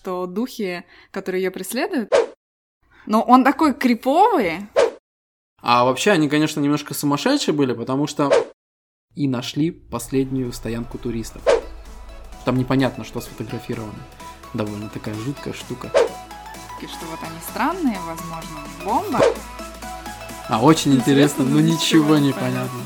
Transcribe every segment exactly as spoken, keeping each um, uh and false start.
что духи, которые ее преследуют, но он такой криповый. А вообще они, конечно, немножко сумасшедшие были, потому что и нашли последнюю стоянку туристов. Там непонятно, что сфотографировано. Довольно такая жуткая штука. И что вот они странные, возможно, бомба. А, очень интересно, интересно но ничего не понятно.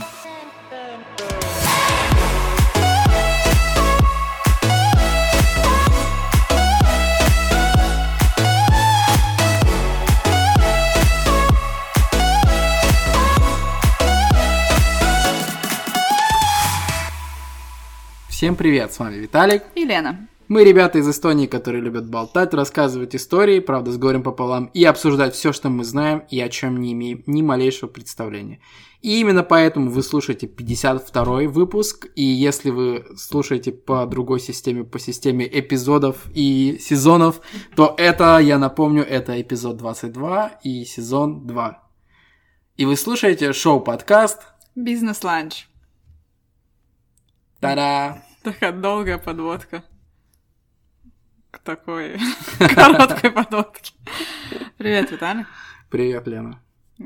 Всем привет, с вами Виталик и Лена. Мы ребята из Эстонии, которые любят болтать, рассказывать истории, правда, с горем пополам, и обсуждать все, что мы знаем и о чем не имеем ни малейшего представления. И именно поэтому вы слушаете пятьдесят второй выпуск, и если вы слушаете по другой системе, по системе эпизодов и сезонов, то это, я напомню, это эпизод двадцать два и сезон два. И вы слушаете шоу-подкаст «Бизнес-ланч». Та-да! Такая долгая подводка к такой короткой подводке. Привет, Виталий. Привет, Лена.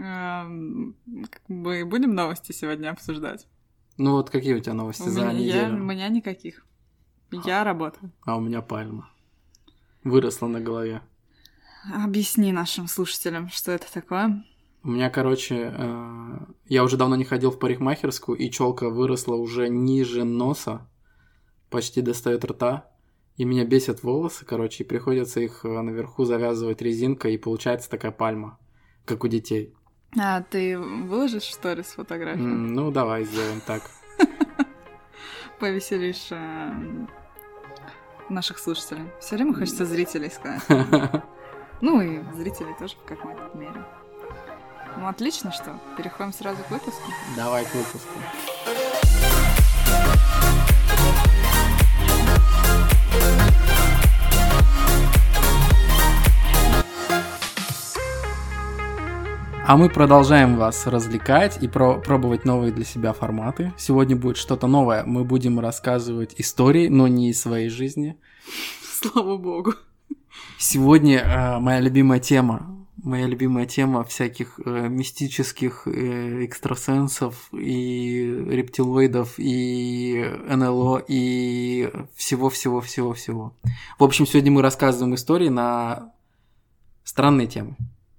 Мы будем новости сегодня обсуждать? Ну вот какие у тебя новости у за меня, неделю? Я, у меня никаких. Я работаю. А у меня пальма. Выросла на голове. Объясни нашим слушателям, что это такое. У меня, короче, э, я уже давно не ходил в парикмахерскую, и челка выросла уже ниже носа, почти достает рта, и меня бесят волосы, короче, и приходится их наверху завязывать резинкой, и получается такая пальма, как у детей. А ты выложишь в сторис фотографию? Mm, ну, давай сделаем так. Повеселишь наших слушателей. Все время хочется зрителей сказать. Ну и зрителей тоже в какой-то мере. Ну, отлично, что? Переходим сразу к выпуску? Давай к выпуску. А мы продолжаем вас развлекать и про- пробовать новые для себя форматы. Сегодня будет что-то новое. Мы будем рассказывать истории, но не из своей жизни. Слава богу. Сегодня э, моя любимая тема. Моя любимая тема всяких э, мистических э, экстрасенсов и рептилоидов и эн эл о и всего-всего-всего-всего. В общем, сегодня мы рассказываем истории на странные темы.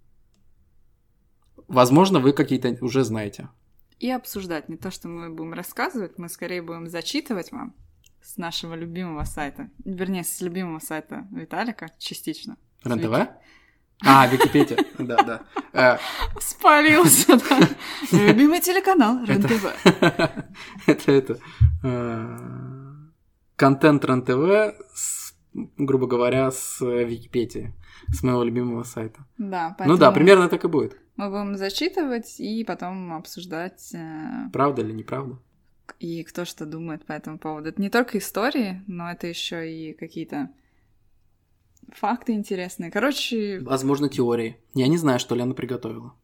Возможно, вы какие-то уже знаете. И обсуждать. Не то, что мы будем рассказывать, мы скорее будем зачитывать вам с нашего любимого сайта. Вернее, с любимого сайта Виталика, частично. РЕН-ТВ? А, Википедия, да-да. Спалился, да. Любимый телеканал РЕН-ТВ. Это это... Контент РЕН-ТВ, грубо говоря, с Википедии, с моего любимого сайта. Да, ну да, примерно так и будет. Мы будем зачитывать и потом обсуждать... Правда или неправда? И кто что думает по этому поводу. Это не только истории, но это еще и какие-то... факты интересные. Короче... Возможно, теории. Я не знаю, что Лена приготовила.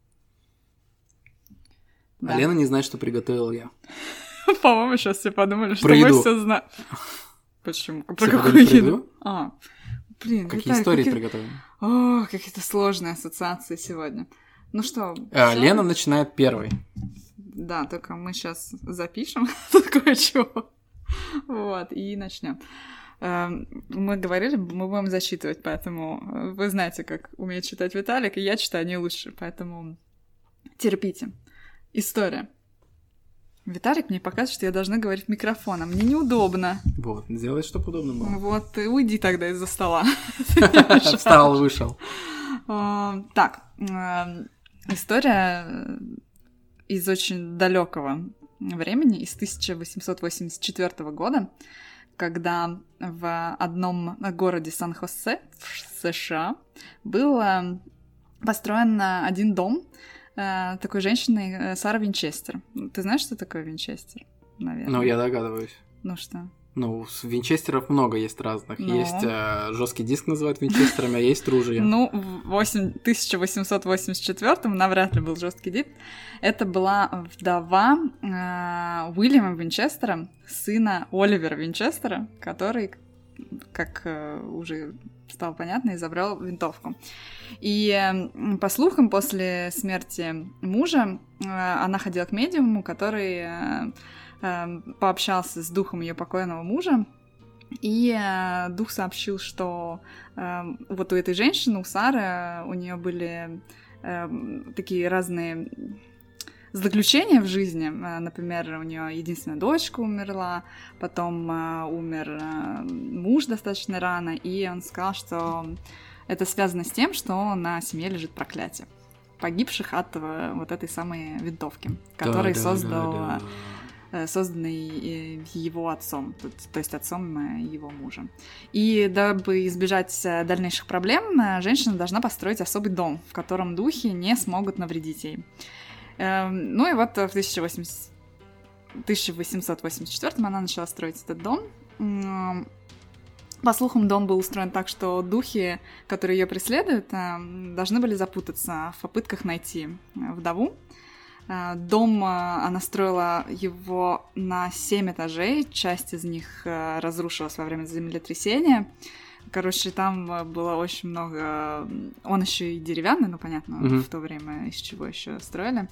Да. А Лена не знает, что приготовил я. По-моему, сейчас все подумали, что про мы еду. все знаем. Почему? Про все какую еду? еду? А, блин. Какие Виталий, истории какие... приготовлены? О, какие-то сложные ассоциации сегодня. Ну что? А, что? Лена начинает первой. Да, только мы сейчас запишем такое чего. Вот, и начнем. Мы говорили, мы будем зачитывать, поэтому вы знаете, как умеет читать Виталик, и я читаю не лучше, поэтому терпите. История. Виталик мне показывает, что я должна говорить в микрофон, а мне неудобно. Вот, сделай, чтобы удобно было. Вот, ты уйди тогда из-за стола. Встал, вышел. Так, история из очень далекого времени, из тысяча восемьсот восемьдесят четвёртого года, когда в одном городе Сан-Хосе в США был построен один дом такой женщины Сара Винчестер. Ты знаешь, что такое Винчестер? Наверное. Ну, я догадываюсь. Ну что? Ну, винчестеров много есть разных. Ну. Есть э, жесткий диск называют винчестерами, а есть ружья. Ну, в тысяча восемьсот восемьдесят четвёртом навряд ли был жесткий диск. Это была вдова э, Уильяма Винчестера, сына Оливера Винчестера, который как уже стало понятно, и забрал винтовку. И по слухам, после смерти мужа она ходила к медиуму, который пообщался с духом ее покойного мужа, и дух сообщил, что вот у этой женщины, у Сары, у нее были такие разные заключения в жизни. Например, у нее единственная дочка умерла, потом умер муж достаточно рано, и он сказал, что это связано с тем, что на семье лежит проклятие погибших от вот этой самой винтовки, которую да, да, создал, да, да. созданный его отцом, то есть отцом его мужа. И дабы избежать дальнейших проблем, женщина должна построить особый дом, в котором духи не смогут навредить ей. Ну и вот в тысяча восемьсот восемьдесят четвёртом она начала строить этот дом. По слухам, дом был устроен так, что духи, которые ее преследуют, должны были запутаться в попытках найти вдову. Дом, она строила его на семь этажей, часть из них разрушилась во время землетрясения. Короче, там было очень много... Он еще и деревянный, ну, понятно, mm-hmm. в то время из чего еще строили.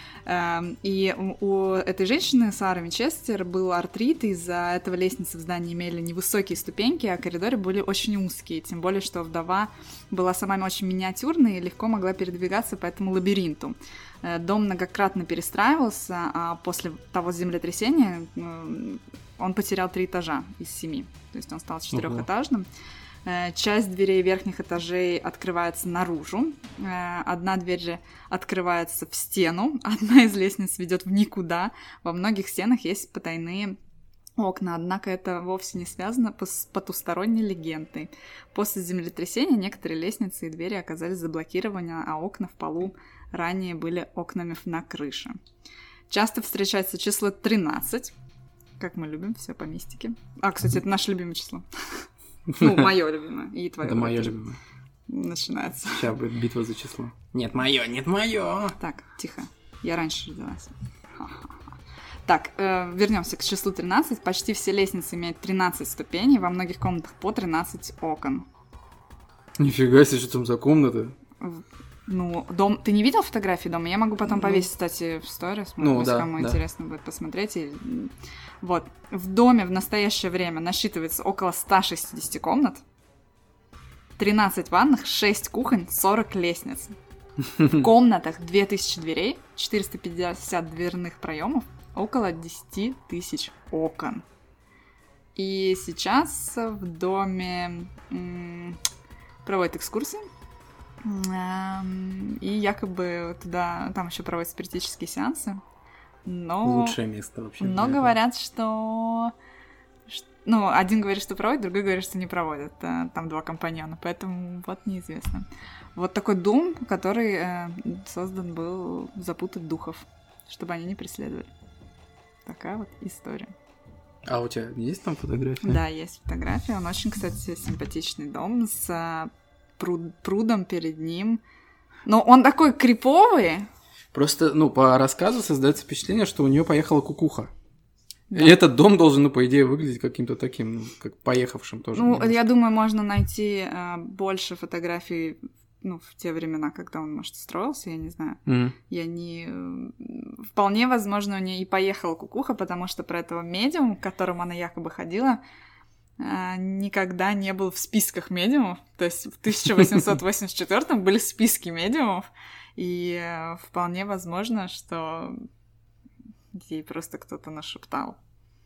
И у этой женщины, Сары Винчестер, был артрит, и из-за этого лестницы в здании имели невысокие ступеньки, а коридоры были очень узкие, тем более, что вдова была сама очень миниатюрной и легко могла передвигаться по этому лабиринту. Дом многократно перестраивался, а после того землетрясения он потерял три этажа из семи, то есть он стал четырехэтажным. Uh-huh. Часть дверей верхних этажей открывается наружу, одна дверь открывается в стену, одна из лестниц ведет в никуда. Во многих стенах есть потайные окна, однако это вовсе не связано с потусторонней легендой. После землетрясения некоторые лестницы и двери оказались заблокированы, а окна в полу ранее были окнами на крыше. Часто встречается число тринадцать, как мы любим, все по мистике. А, кстати, это наше любимое число. Ну, мое любимое. И твое. Это мое любимое. Начинается. Сейчас будет битва за число. Нет, мое, нет, мое. Так, тихо. Я раньше родилась. Так, э, вернемся к числу тринадцать. Почти все лестницы имеют тринадцать ступеней, во многих комнатах по тринадцать окон. Нифига себе, что там за комната? Ну, дом... Ты не видел фотографии дома? Я могу потом повесить, кстати, в сторис. Ну, да, кому да. интересно будет посмотреть. И... Вот. В доме в настоящее время насчитывается около ста шестидесяти комнат, тринадцать ванных, шесть кухонь, сорок лестниц. В комнатах две тысячи дверей, четыреста пятьдесят дверных проемов, около десять тысяч окон. И сейчас в доме м- проводят экскурсии. И якобы туда, там еще проводят спиритические сеансы. Но... Лучшее место вообще. Но говорят, что... Ну, один говорит, что проводит, другой говорит, что не проводит. Там два компаньона, поэтому вот неизвестно. Вот такой дом, который э, создан был запутать духов, чтобы они не преследовали. Такая вот история. А у тебя есть там фотография? Да, есть фотография. Он очень, кстати, симпатичный дом с пруд, прудом перед ним. Но он такой криповый. Просто, ну, по рассказу создается впечатление, что у нее поехала кукуха. Да. И этот дом должен, ну, по идее, выглядеть каким-то таким, ну, как поехавшим тоже. Ну, немножко. Я думаю, можно найти э, больше фотографий, ну, в те времена, когда он, может, строился, я не знаю. Mm-hmm. Я не... Вполне возможно, у нее и поехала кукуха, потому что про этого медиума, к которому она якобы ходила, э, никогда не был в списках медиумов. То есть в тысяча восемьсот восемьдесят четвёртом были списки медиумов, и э, вполне возможно, что ей просто кто-то нашептал.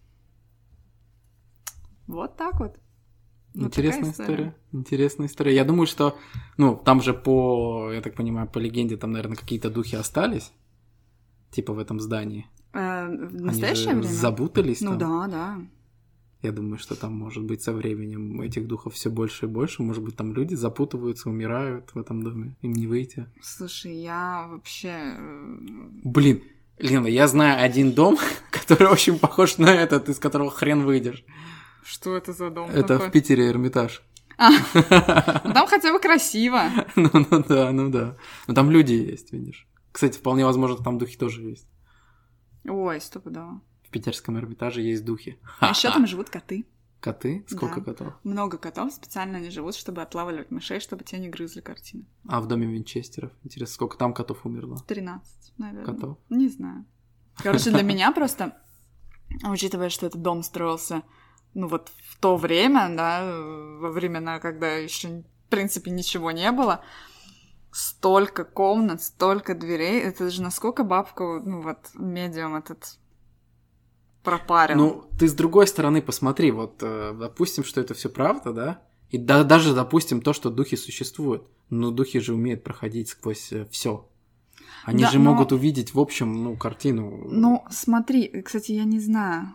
Вот так вот. Интересная вот история. история. Интересная история. Я думаю, что, ну, там же по, я так понимаю, по легенде, там, наверное, какие-то духи остались, типа в этом здании. Э, в настоящее Они же время? Запутались ну, там. Ну да, да. Я думаю, что там, может быть, со временем этих духов все больше и больше. Может быть, там люди запутываются, умирают в этом доме. Им не выйти. Слушай, я вообще... Блин, Лена, я знаю один дом, который очень похож на этот, из которого хрен выйдешь. Что это за дом Это такой? В Питере Эрмитаж. А, ну там хотя бы красиво. Ну, ну да, ну да. Но там люди есть, видишь. Кстати, вполне возможно, там духи тоже есть. Ой, стопудово. В питерском Эрмитаже есть духи. А еще там живут коты. Коты? Сколько Да. котов? Много котов специально они живут, чтобы отлавливать мышей, чтобы те не грызли картины. А в доме Винчестеров? Интересно, сколько там котов умерло? тринадцать, наверное. Котов? Не знаю. Короче, для меня просто, учитывая, что этот дом строился, ну вот в то время, да, во времена, когда еще, в принципе, ничего не было, столько комнат, столько дверей, это же насколько бабку, ну вот, медиум этот пропарил. Ну, ты с другой стороны посмотри, вот, э, допустим, что это все правда, да? И да, даже допустим то, что духи существуют, но духи же умеют проходить сквозь все. Они Да, же но... могут увидеть в общем, ну, картину. Ну, смотри, кстати, я не знаю.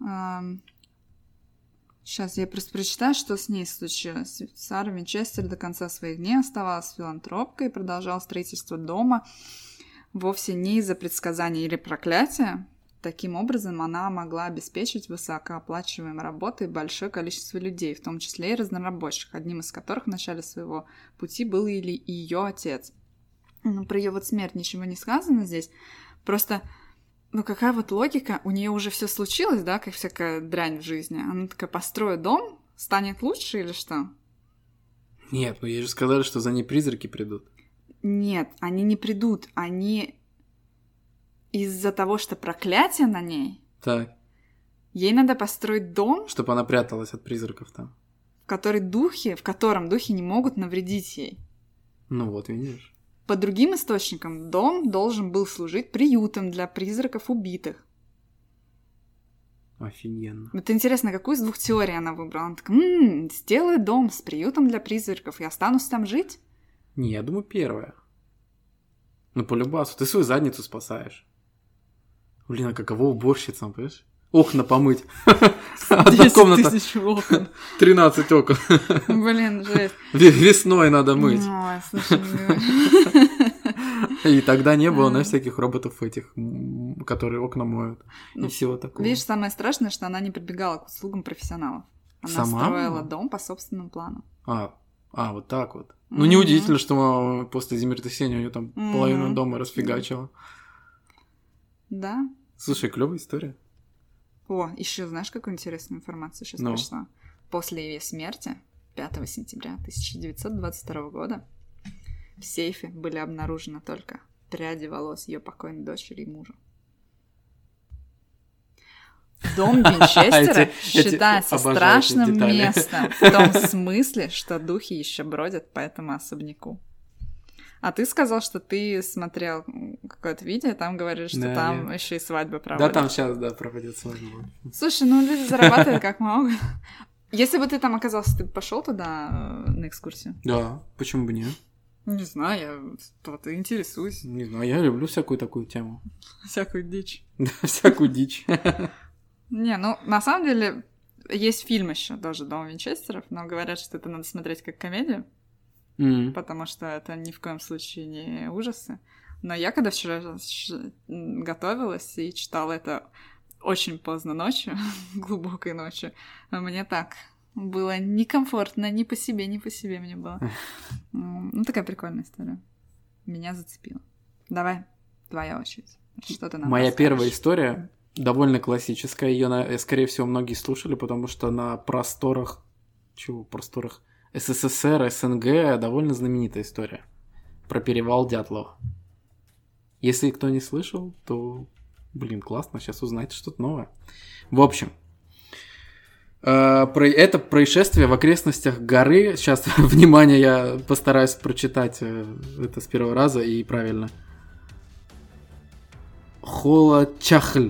Сейчас я просто прочитаю, что с ней случилось. Сара Винчестер до конца своих дней оставалась филантропкой и продолжала строительство дома вовсе не из-за предсказания или проклятия. Таким образом, она могла обеспечить высокооплачиваемой работой большое количество людей, в том числе и разнорабочих, одним из которых в начале своего пути был и ее отец. Ну, про ее вот смерть ничего не сказано здесь. Просто, ну, какая вот логика? У нее уже все случилось, да, как всякая дрянь в жизни. Она такая, построю дом, станет лучше или что? Нет, ну ей же сказали, что за ней призраки придут. Нет, они не придут. Они из-за того, что проклятие на ней, Так. ей надо построить дом, Чтобы она пряталась от призраков там. в который духи, в котором духи не могут навредить ей. Ну вот, видишь. По другим источникам, дом должен был служить приютом для призраков убитых. Офигенно. Вот интересно, какую из двух теорий она выбрала? Она такая, м-м, сделаю дом с приютом для призраков и останусь там жить? Не, я думаю, первое. Ну, по любасу, ты свою задницу спасаешь. Блин, а каково уборщицам, понимаешь? Окна помыть. Одна комната. десять тысяч окон. тринадцать окон. Блин, жесть. Весной надо мыть. Ой, слушай, И тогда не было, на всяких роботов этих, которые окна моют. И всего такого. видишь, самое страшное, что она не прибегала к услугам профессионалов. Она Сама? строила дом по собственному плану. А, а, вот так вот. Ну, неудивительно, что после землетрясения у нее там половину дома расфигачило. Да. Слушай, клевая история. О, еще знаешь, какую интересную информацию сейчас Ну. пришла? После ее смерти, пятого сентября тысяча девятьсот двадцать второго года, в сейфе были обнаружены только пряди волос ее покойной дочери и мужа. Дом Винчестера Эти- эти- считается обожаю эти страшным детали. местом, в том смысле, что духи еще бродят по этому особняку. А ты сказал, что ты смотрел какое-то видео, там говоришь, что Да, там я- еще и свадьба Да, проводят. там сейчас, да, проводят свадьбу. Слушай, ну люди зарабатывают как могут. Если бы ты там оказался, ты пошел туда э, на экскурсию? Да, почему бы нет? Не знаю, я вот интересуюсь. Не знаю, я люблю всякую такую тему. Всякую дичь. Да, всякую дичь. Не, ну на самом деле есть фильм еще тоже «Дом Винчестеров», но говорят, что это надо смотреть как комедию, М. потому что это ни в коем случае не ужасы. Но я когда вчера ш- готовилась и читала это очень поздно ночью, глубокой ночью, мне так было некомфортно, ни по себе, ни по себе мне было. Ну, такая прикольная история. Меня зацепила. Давай, твоя очередь. Что ты нам Моя расскажешь? первая история довольно классическая. Ее, скорее всего, многие слушали, потому что на просторах, чего, просторах СССР, СНГ довольно знаменитая история про перевал Дятлова. Если кто не слышал, то, блин, классно, сейчас узнаете что-то новое. В общем, э, про- это происшествие в окрестностях горы. Сейчас, внимание, я постараюсь прочитать э, это с первого раза и правильно. Холодчахль.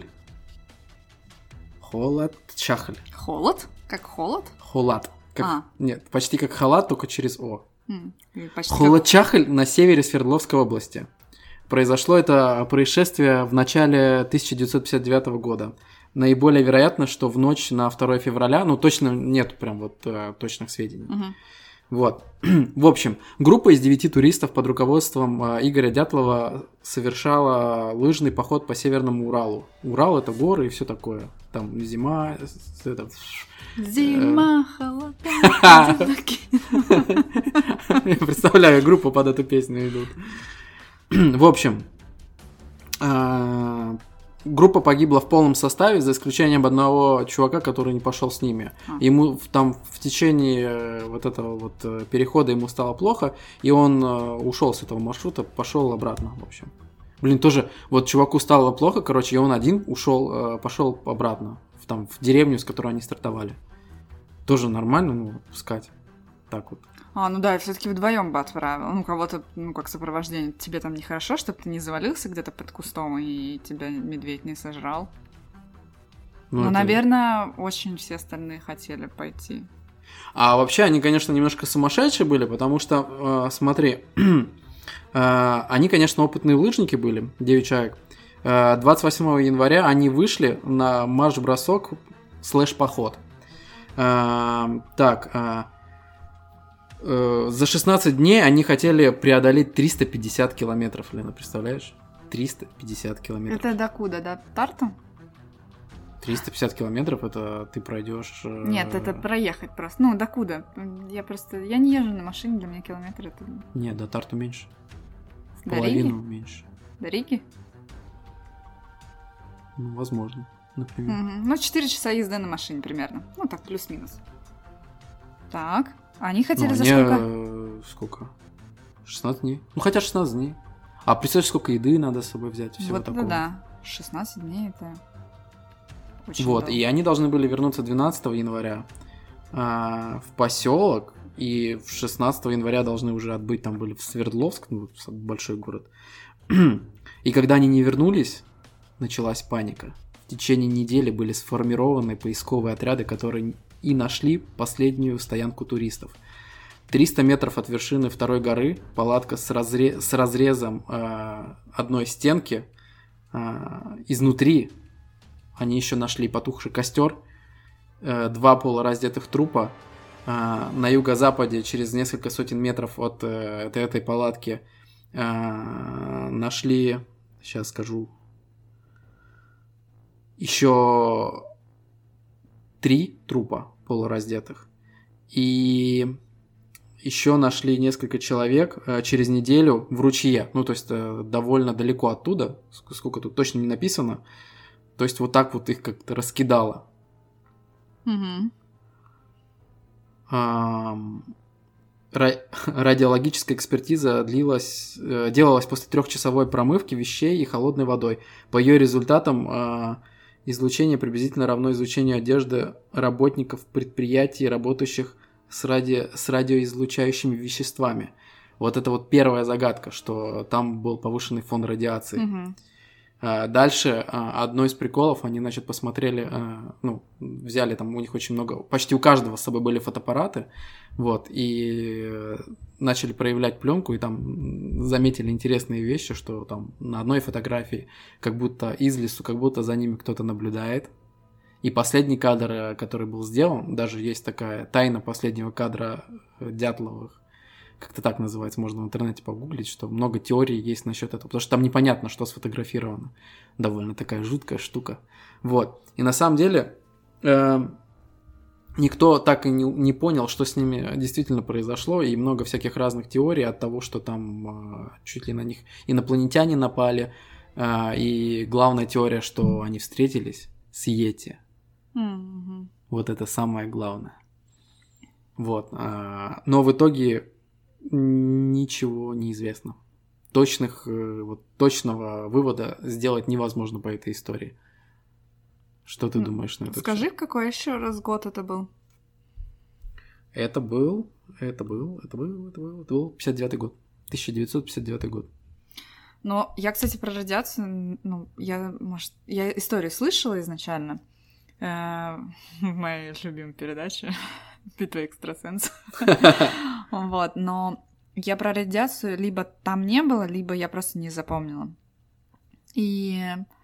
Холодчахль. Холод? Как холод? Холад. Как- А. Нет, почти как халат, только через О. М, и почти как- Холодчахль на севере Свердловской области. Произошло это происшествие в начале тысяча девятьсот пятьдесят девятого года. Наиболее вероятно, что в ночь на второе февраля, ну точно нет прям вот э, точных сведений. Мгм. Вот. В общем, группа из девяти туристов под руководством э, Игоря Дятлова совершала лыжный поход по Северному Уралу. Урал — это горы и все такое. Там зима, с- это... Зима, холода, одиноки. Я представляю, группу под эту песню идут. В общем, а, группа погибла в полном составе, за исключением одного чувака, который не пошел с ними. А. Ему там в течение вот этого вот перехода ему стало плохо, и он ушел с этого маршрута, пошел обратно, в общем. Блин, тоже, вот чуваку стало плохо, короче, и он один ушел, пошел обратно, в, там, в деревню, с которой они стартовали. Тоже нормально, ну, пускать. Так вот. А, ну да, и все-таки вдвоем бы отправил. Ну, кого-то, ну, как сопровождение. Тебе там нехорошо, чтобы ты не завалился где-то под кустом и тебя медведь не сожрал. Ну, ну это... наверное, очень все остальные хотели пойти. А вообще они, конечно, немножко сумасшедшие были, потому что, э, смотри, э, они, конечно, опытные лыжники были, девять человек. Э, двадцать восьмого января они вышли на марш-бросок слэш-поход. Э, так, э, э, за шестнадцать дней они хотели преодолеть триста пятьдесят километров, Лена, представляешь? триста пятьдесят километров. Это докуда, до Тарту? триста пятьдесят километров это ты пройдешь. Э... Нет, это проехать просто. Ну, докуда? Я просто. Я не езжу на машине, для меня километр это. Нет, до Тарту меньше. В до половину Риги? Меньше. До Риги? Ну, возможно, например. Угу. Ну, четыре часа езды на машине примерно. Ну, так, плюс-минус. Так. Они хотели ну, за они, сколько? Э, сколько? шестнадцать дней. Ну, хотя шестнадцать дней. А представляешь, сколько еды надо с собой взять, всего вот такого. Вот да. шестнадцать дней это. Очень вот, долго. И они должны были вернуться двенадцатого января э, в поселок, и в шестнадцатого января должны уже отбыть, там были в Свердловск, ну, большой город. И когда они не вернулись, началась паника. В течение недели были сформированы поисковые отряды, которые и нашли последнюю стоянку туристов. триста метров от вершины второй горы, палатка с, разре... с разрезом э, одной стенки, э, изнутри они еще нашли потухший костер, э, два полураздетых трупа. Э, на юго-западе, через несколько сотен метров от э, этой, этой палатки, э, нашли, сейчас скажу, еще три трупа полураздетых. И еще нашли несколько человек э, через неделю в ручье. Ну, то есть э, довольно далеко оттуда, сколько тут точно не написано. То есть вот так вот их как-то раскидало. Угу. Радиологическая экспертиза длилась, делалась после трехчасовой промывки вещей и холодной водой. По ее результатам излучение приблизительно равно излучению одежды работников предприятий, работающих с, ради... с радиоизлучающими веществами. Вот это вот первая загадка, что там был повышенный фон радиации. Угу. Дальше одно из приколов, они, значит, посмотрели, ну, взяли там, у них очень много, почти у каждого с собой были фотоаппараты, вот, и начали проявлять пленку, и там заметили интересные вещи, что там на одной фотографии как будто из лесу, как будто за ними кто-то наблюдает. И последний кадр, который был сделан, даже есть такая тайна последнего кадра Дятловых, как-то так называется, можно в интернете погуглить, что много теорий есть насчет этого, потому что там непонятно, что сфотографировано. Довольно такая жуткая штука. Вот. И на самом деле э, никто так и не, не понял, что с ними действительно произошло, и много всяких разных теорий от того, что там э, чуть ли на них инопланетяне напали, э, и главная теория, что они встретились с Йети. Mm-hmm. Вот это самое главное. Вот. Э, но в итоге ничего не известно. Точных, вот, точного вывода сделать невозможно по этой истории. Что ты думаешь на это? Скажи, в какой еще раз год это был? Это был, это был, это был, это был, это был пятьдесят девятый год. тысяча девятьсот пятьдесят девятый год. Но я, кстати, про радиацию, ну, я, может, я историю слышала изначально в моей любимой передаче «Битва экстрасенсов». Вот, но я про радиацию либо там не было, либо я просто не запомнила. И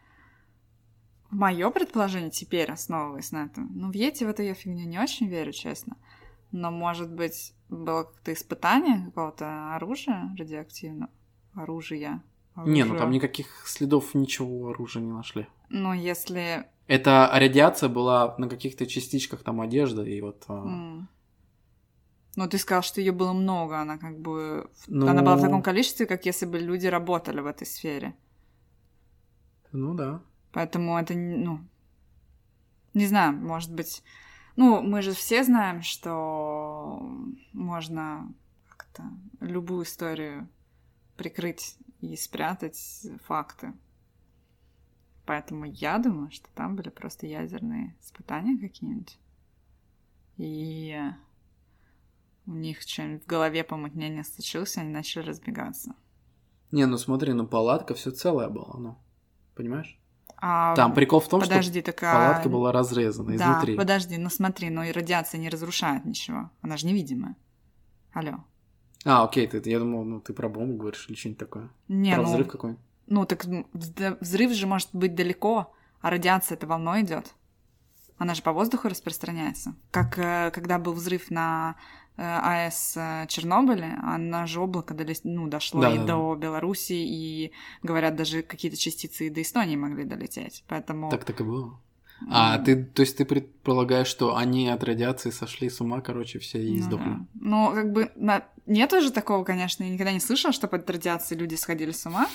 мое предположение теперь, основываясь на этом, ну, в Йети в эту я фигню не очень верю, честно, но, может быть, было какое-то испытание какого-то оружия радиоактивного? Оружия? Оружия. Не, ну там никаких следов ничего оружия не нашли. Ну, если... Это радиация была на каких-то частичках там одежды, и вот... Mm. Ну, ты сказал, что ее было много, она как бы... Ну... Она была в таком количестве, как если бы люди работали в этой сфере. Ну да. Поэтому это, ну, не знаю, может быть... Ну, мы же все знаем, что можно как-то любую историю прикрыть и спрятать факты. Поэтому я думаю, что там были просто ядерные испытания какие-нибудь. И у них что-нибудь в голове помутнение случилось, они начали разбегаться. Не, ну смотри, ну палатка все целая была, ну, понимаешь? А, там прикол в том, подожди, что такая... палатка была разрезана да, изнутри. Подожди, ну смотри, ну и радиация не разрушает ничего. Она же невидимая. Алло. А, окей, ты, я думал, ну ты про бомбу говоришь или что-нибудь такое. Не, про ну, взрыв какой-нибудь. Ну, так взрыв же может быть далеко, а радиация это волной идет. Она же по воздуху распространяется. Как когда был взрыв на АЭС Чернобыле, она же облако доли... ну, дошло да, и да, до да. Белоруссии, и, говорят, даже какие-то частицы и до Эстонии могли долететь. Поэтому... Так так и было. А mm. ты, то есть ты предполагаешь, что они от радиации сошли с ума, короче, все и ну, сдохли? Да. Ну, как бы, на... нету же такого, конечно, я никогда не слышала, что под радиацией люди сходили с ума.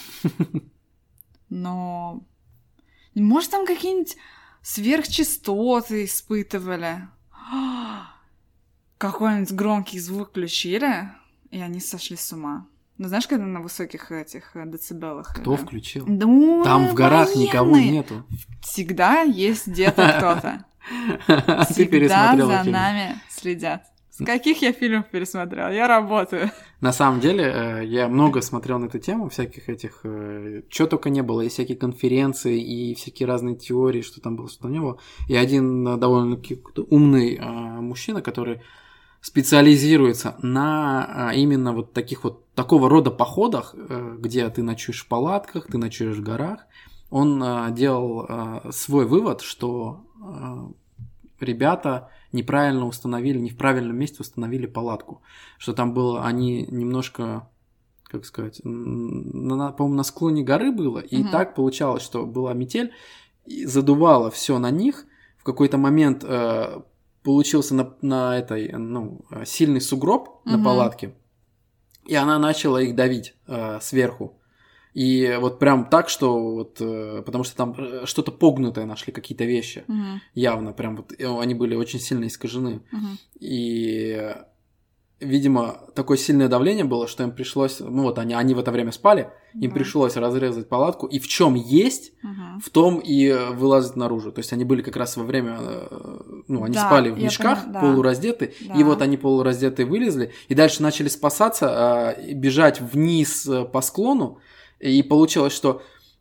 Но... Может, там какие-нибудь сверхчастоты испытывали? Какой-нибудь громкий звук включили, и они сошли с ума. Ну, знаешь, когда на высоких этих децибелах... Кто да? включил? Ну, там в горах военные. Никого нету. Всегда есть где-то кто-то. Всегда за нами следят. С каких я фильмов пересмотрела? Я работаю. На самом деле, я много смотрел на эту тему, всяких этих... Чего только не было, и всякие конференции, и всякие разные теории, что там было, что там не было. И один довольно умный мужчина, который специализируется на именно вот таких вот такого рода походах, где ты ночуешь в палатках, ты ночуешь в горах, он делал свой вывод, что ребята неправильно установили, не в правильном месте установили палатку, что там было, они немножко, как сказать, на, по-моему, на склоне горы было, и угу. так получалось, что была метель, и задувало все на них, в какой-то момент получился на, на этой, ну, сильный сугроб угу. на палатке, и она начала их давить э, сверху. И вот прям так, что вот, э, потому что там что-то погнутое нашли, какие-то вещи, угу. явно, прям вот они были очень сильно искажены. Угу. И, видимо, такое сильное давление было, что им пришлось, ну вот они, они в это время спали, им угу. пришлось разрезать палатку, и в чем есть, угу. в том и вылазить наружу. То есть они были как раз во время, ну, они да, спали в мешках, поняла, да. полураздеты, да. и вот они полураздетые вылезли, и дальше начали спасаться, бежать вниз по склону, и получилось, что,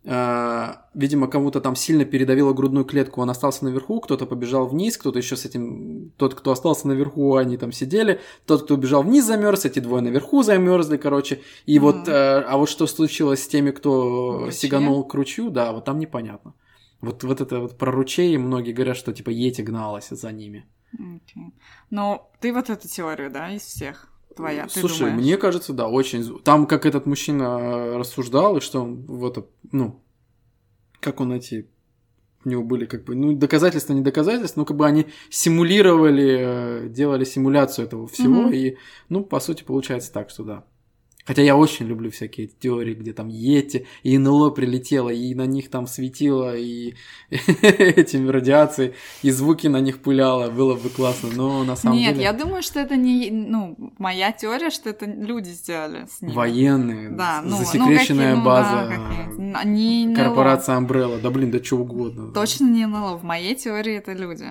э, видимо, кому-то там сильно передавило грудную клетку, он остался наверху, кто-то побежал вниз, кто-то еще с этим, тот, кто остался наверху, они там сидели, тот, кто убежал вниз, замерз, эти двое наверху замерзли, короче, и mm-hmm. вот, э, а вот что случилось с теми, кто Ручье? сиганул к ручью, да, вот там непонятно. Вот, вот это вот про ручей многие говорят, что типа Йети гналась за ними. Okay. Но ты вот эту теорию, да, из всех? Твоя, ты Слушай, думаешь? Мне кажется, да, очень... Там, как этот мужчина рассуждал, и что он вот, ну, как он эти... У него были как бы, ну, доказательства, не доказательства, но как бы они симулировали, делали симуляцию этого всего, mm-hmm. и, ну, по сути, получается так, что да. Хотя я очень люблю всякие теории, где там Йети, и эн эл о прилетело, и на них там светило, и этими радиацией, и звуки на них пыляло, было бы классно, но на самом Нет, деле... Нет, я думаю, что это не... Ну, моя теория, что это люди сделали с ними. Военные, да, ну, засекреченная ну, какие, база, ну, да, не корпорация Umbrella, да блин, да что угодно. Точно не эн эл о, в моей теории это люди.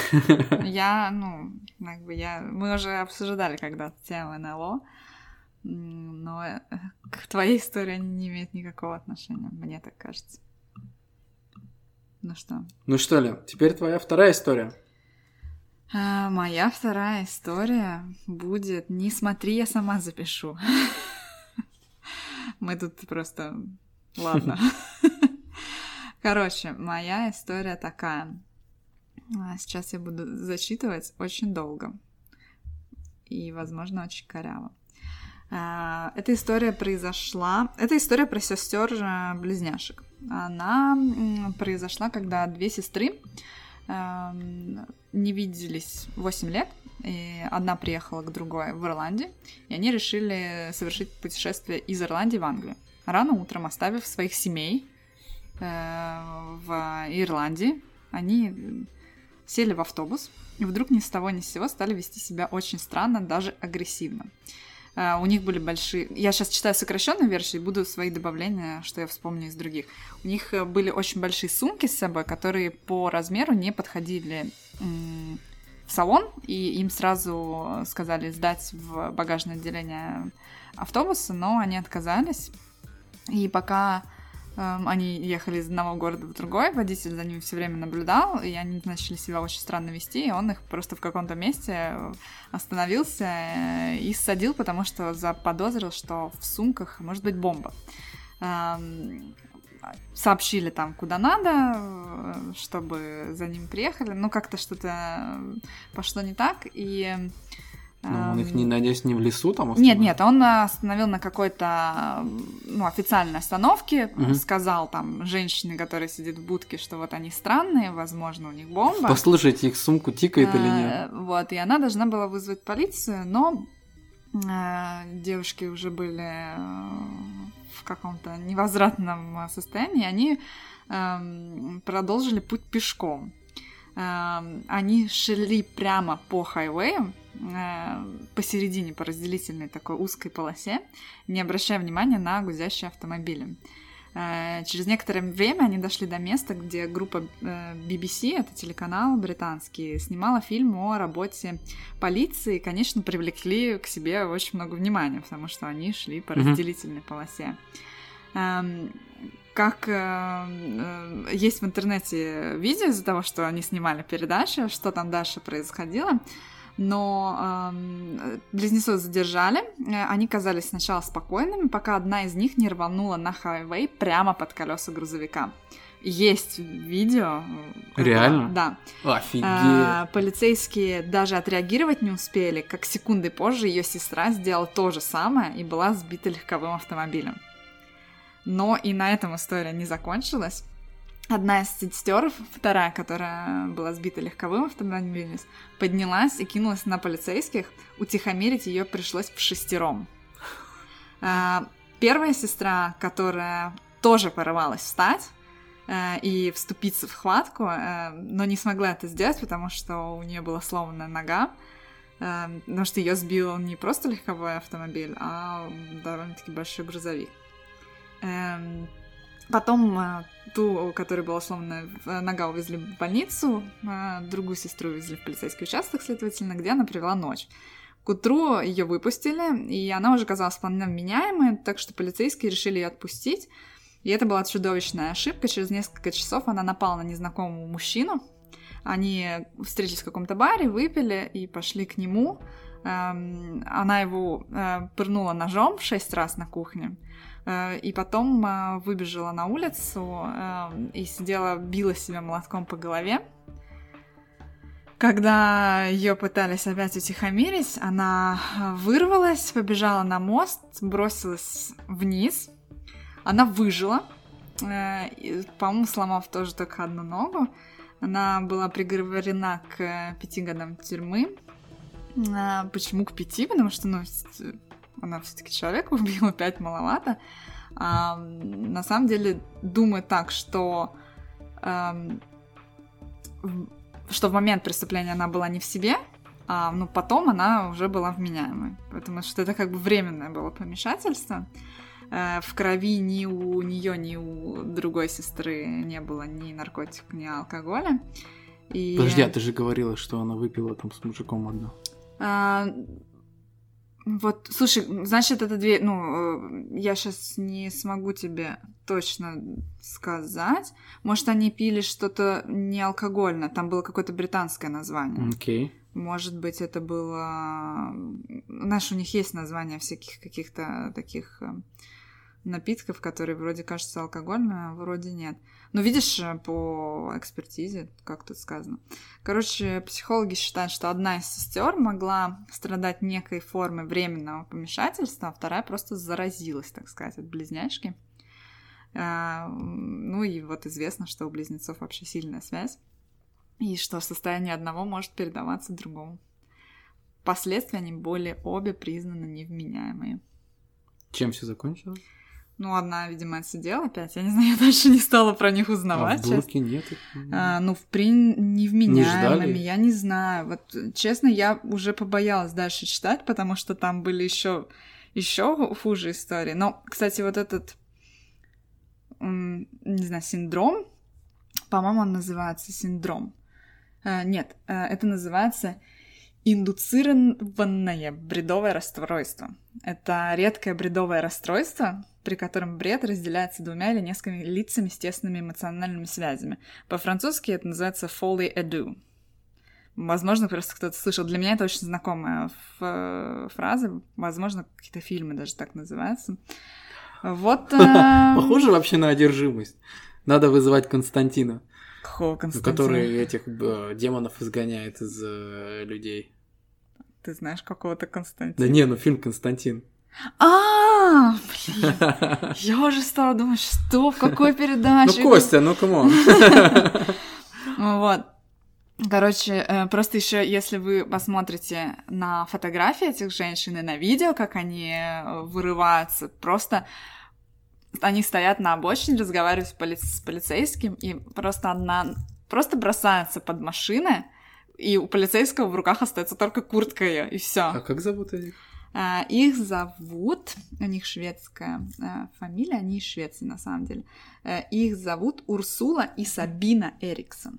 Я, ну, как бы я... Мы уже обсуждали когда-то тему эн эл о, но к твоей истории они не имеют никакого отношения, мне так кажется. Ну что? Ну что ли, теперь твоя вторая история. А, моя вторая история будет... Не смотри, я сама запишу. Мы тут просто... Ладно. Короче, моя история такая. Сейчас я буду зачитывать очень долго. И, возможно, очень коряво. Эта история произошла... Это история про сестер-близняшек. Она произошла, когда две сестры не виделись восемь лет, и одна приехала к другой в Ирландию, и они решили совершить путешествие из Ирландии в Англию. Рано утром, оставив своих семей, в Ирландии. Они сели в автобус и вдруг ни с того ни с сего стали вести себя очень странно, даже агрессивно. У них были большие... Я сейчас читаю сокращенную версию и буду свои добавления, что я вспомню из других. У них были очень большие сумки с собой, которые по размеру не подходили в салон, и им сразу сказали сдать в багажное отделение автобуса, но они отказались. И пока эм, они ехали из одного города в другой, водитель за ними все время наблюдал, и они начали себя очень странно вести, и он их просто в каком-то месте остановился и ссадил, потому что заподозрил, что в сумках может быть бомба. Эм, сообщили там, куда надо, чтобы за ним приехали, но как-то что-то пошло не так, и... Ну, он их, не, надеюсь, не в лесу там остановил? Нет, нет, он остановил на какой-то, ну, официальной остановке, угу. Сказал там женщине, которая сидит в будке, что вот они странные, возможно, у них бомба. Послушайте, их сумку тикает или нет? Вот, и она должна была вызвать полицию, но девушки уже были в каком-то невозвратном состоянии, они продолжили путь пешком. Они шли прямо по хайвею, посередине, по разделительной такой узкой полосе, не обращая внимания на гудящие автомобили. Через некоторое время они дошли до места, где группа би би си, это телеканал британский, снимала фильм о работе полиции и, конечно, привлекли к себе очень много внимания, потому что они шли по разделительной mm-hmm. полосе. Как э, есть в интернете видео из-за того, что они снимали передачу, что там дальше происходило, но э, близнецов задержали, они казались сначала спокойными, пока одна из них не рванула на хайвей прямо под колеса грузовика. Есть видео. Реально? Да. Офигеть. А, полицейские даже отреагировать не успели, как секунды позже ее сестра сделала то же самое и была сбита легковым автомобилем. Но и на этом история не закончилась. Одна из сестер, вторая, которая была сбита легковым автомобилем, поднялась и кинулась на полицейских. Утихомирить ее пришлось вшестером. Первая сестра, которая тоже порывалась встать и вступиться в схватку, но не смогла это сделать, потому что у нее была сломанная нога, потому что ее сбил не просто легковой автомобиль, а довольно-таки большой грузовик. Потом ту, у которой была сломанная нога, увезли в больницу, другую сестру увезли в полицейский участок, следовательно, где она провела ночь. К утру ее выпустили, и она уже казалась вполне вменяемой, так что полицейские решили ее отпустить. И это была чудовищная ошибка. Через несколько часов она напала на незнакомого мужчину. Они встретились в каком-то баре, выпили и пошли к нему. Она его пырнула ножом шесть раз на кухне. И потом выбежала на улицу и сидела, била себя молотком по голове. Когда ее пытались опять утихомирить, она вырвалась, побежала на мост, бросилась вниз. Она выжила, по-моему, сломав тоже только одну ногу. Она была приговорена к пяти годам тюрьмы. Почему к пяти? Потому что, ну, она все-таки человека убила, пять маловато. А, на самом деле, думаю так, что, эм, что в момент преступления она была не в себе, а ну, потом она уже была вменяемой. Потому что это как бы временное было помешательство. Э, в крови ни у нее, ни у другой сестры не было ни наркотиков, ни алкоголя. И... Подожди, а ты же говорила, что она выпила там с мужиком одну. А... Вот, слушай, значит, это две... Ну, я сейчас не смогу тебе точно сказать. Может, они пили что-то не алкогольное. Там было какое-то британское название. Окей. Okay. Может быть, это было... Знаешь, у них есть названия всяких каких-то таких напитков, которые вроде кажутся алкогольными, а вроде нет. Но видишь, по экспертизе, как тут сказано. Короче, психологи считают, что одна из сестер могла страдать некой формой временного помешательства, а вторая просто заразилась, так сказать, от близняшки. Ну и вот известно, что у близнецов вообще сильная связь, и что состояние одного может передаваться другому. Впоследствии они были обе признаны невменяемые. Чем все закончилось? Ну, одна, видимо, отсидела опять. Я не знаю, я дальше не стала про них узнавать. А в дурке нет? А, ну, в при... невменяемыми, я не знаю. Вот, честно, я уже побоялась дальше читать, потому что там были еще еще хуже истории. Но, кстати, вот этот, не знаю, синдром, по-моему, он называется синдром. А, нет, это называется индуцированное бредовое расстройство. Это редкое бредовое расстройство, при котором бред разделяется двумя или несколькими лицами с тесными эмоциональными связями. По-французски это называется folie à deux. Возможно, просто кто-то слышал. Для меня это очень знакомая фраза. Возможно, какие-то фильмы даже так называются. Вот. Похоже вообще на одержимость. Надо вызывать Константина. Какого Константина? Который этих демонов изгоняет из людей. Ты знаешь какого-то Константина? Да не, ну фильм «Константин». А, блин, я уже стала думать, что, в какой передаче? Ну, Костя, ну, камон. Вот. Короче, просто еще, если вы посмотрите на фотографии этих женщин и на видео, как они вырываются, просто они стоят на обочине, разговаривают с, поли- с полицейским, и просто одна просто бросается под машины, и у полицейского в руках остается только куртка ее, и все. А как зовут их? Uh, их зовут, у них шведская uh, фамилия, они из Швеции на самом деле. Uh, их зовут Урсула и Сабина Эриксон.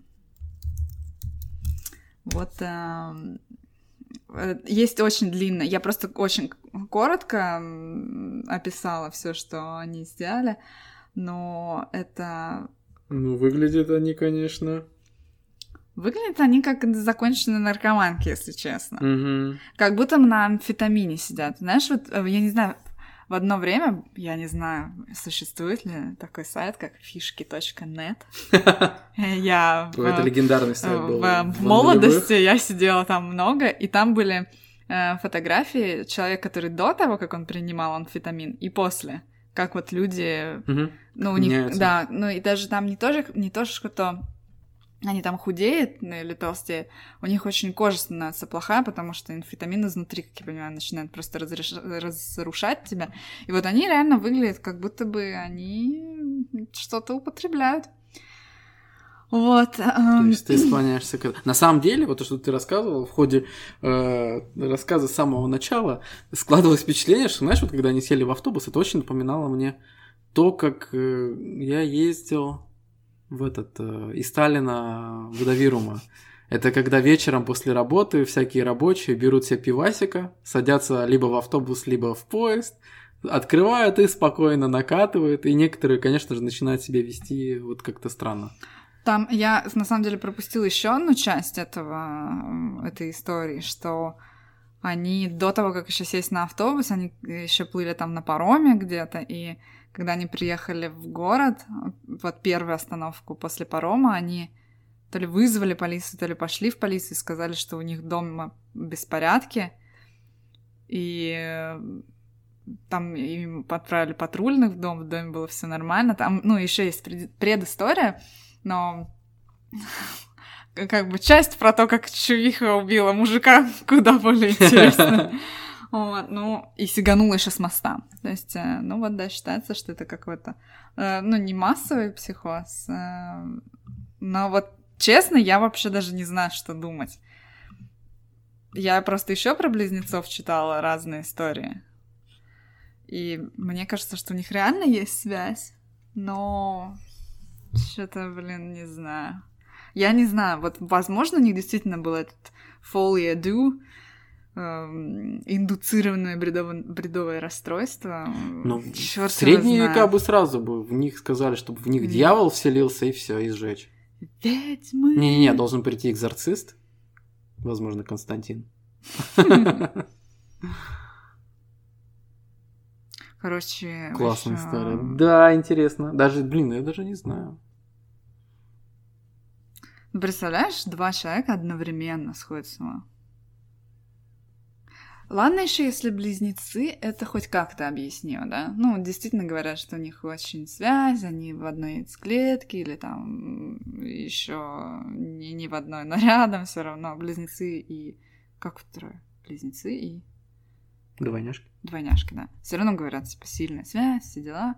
Вот uh, есть очень длинно. Я просто очень коротко описала все, что они сделали, но это. Ну, выглядят они, конечно. Выглядят они как законченные наркоманки, если честно. Угу. Как будто на амфетамине сидят. Знаешь, вот, я не знаю, в одно время, я не знаю, существует ли такой сайт, как фишки точка нет. Я Это легендарный сайт был. В молодости я сидела там много, и там были фотографии человека, который до того, как он принимал амфетамин, и после. Как вот люди... Ну, у них... Да, ну и даже там не то, не то, что... Они там худеют или толстеют, у них очень кожа становится плохая, потому что амфетамин изнутри, как я понимаю, начинает просто разреш... разрушать тебя. И вот они реально выглядят, как будто бы они что-то употребляют. Вот. То есть ты склоняешься к... На самом деле, вот то, что ты рассказывала, в ходе э, рассказа с самого начала складывалось впечатление, что, знаешь, вот когда они сели в автобус, это очень напоминало мне то, как э, я ездил... в этот, э, из Сталина в Давирума. Это когда вечером после работы всякие рабочие берут себе пивасика, садятся либо в автобус, либо в поезд, открывают и спокойно накатывают, и некоторые, конечно же, начинают себя вести вот как-то странно. Там я, на самом деле, пропустила еще одну часть этого, этой истории, что они до того, как еще сесть на автобус, они еще плыли там на пароме где-то, и когда они приехали в город, вот первую остановку после парома, они то ли вызвали полицию, то ли пошли в полицию и сказали, что у них дома беспорядки, и там им отправили патрульных в дом, в доме было все нормально. Там, ну, еще есть предыстория, но как бы часть про то, как чувиха убила мужика, куда более интересно. Вот, ну, и сиганула еще с моста. То есть, ну вот, да, считается, что это какой-то, э, ну, не массовый психоз, э, но вот, честно, я вообще даже не знаю, что думать. Я просто еще про близнецов читала разные истории. И мне кажется, что у них реально есть связь, но что-то, блин, не знаю. Я не знаю, вот, возможно, у них действительно был этот folie à deux, индуцированное бредовое, бредовое расстройство. Ну, в средние века бы сразу бы в них сказали, чтобы в них Нет. дьявол вселился, и все, и сжечь. Ведьмы. Не-не-не, должен прийти экзорцист. Возможно, Константин. Короче... Классная еще... история. Да, интересно. Даже, блин, я даже не знаю. Представляешь, два человека одновременно сходят с ума. Ладно еще, если близнецы, это хоть как-то объяснимо, да? Ну, действительно говорят, что у них очень связь, они в одной яйцеклетке или там еще не, не в одной, но рядом все равно близнецы и... Как второе? Близнецы и... Двойняшки. Двойняшки, да. Все равно говорят, типа, сильная связь, все дела.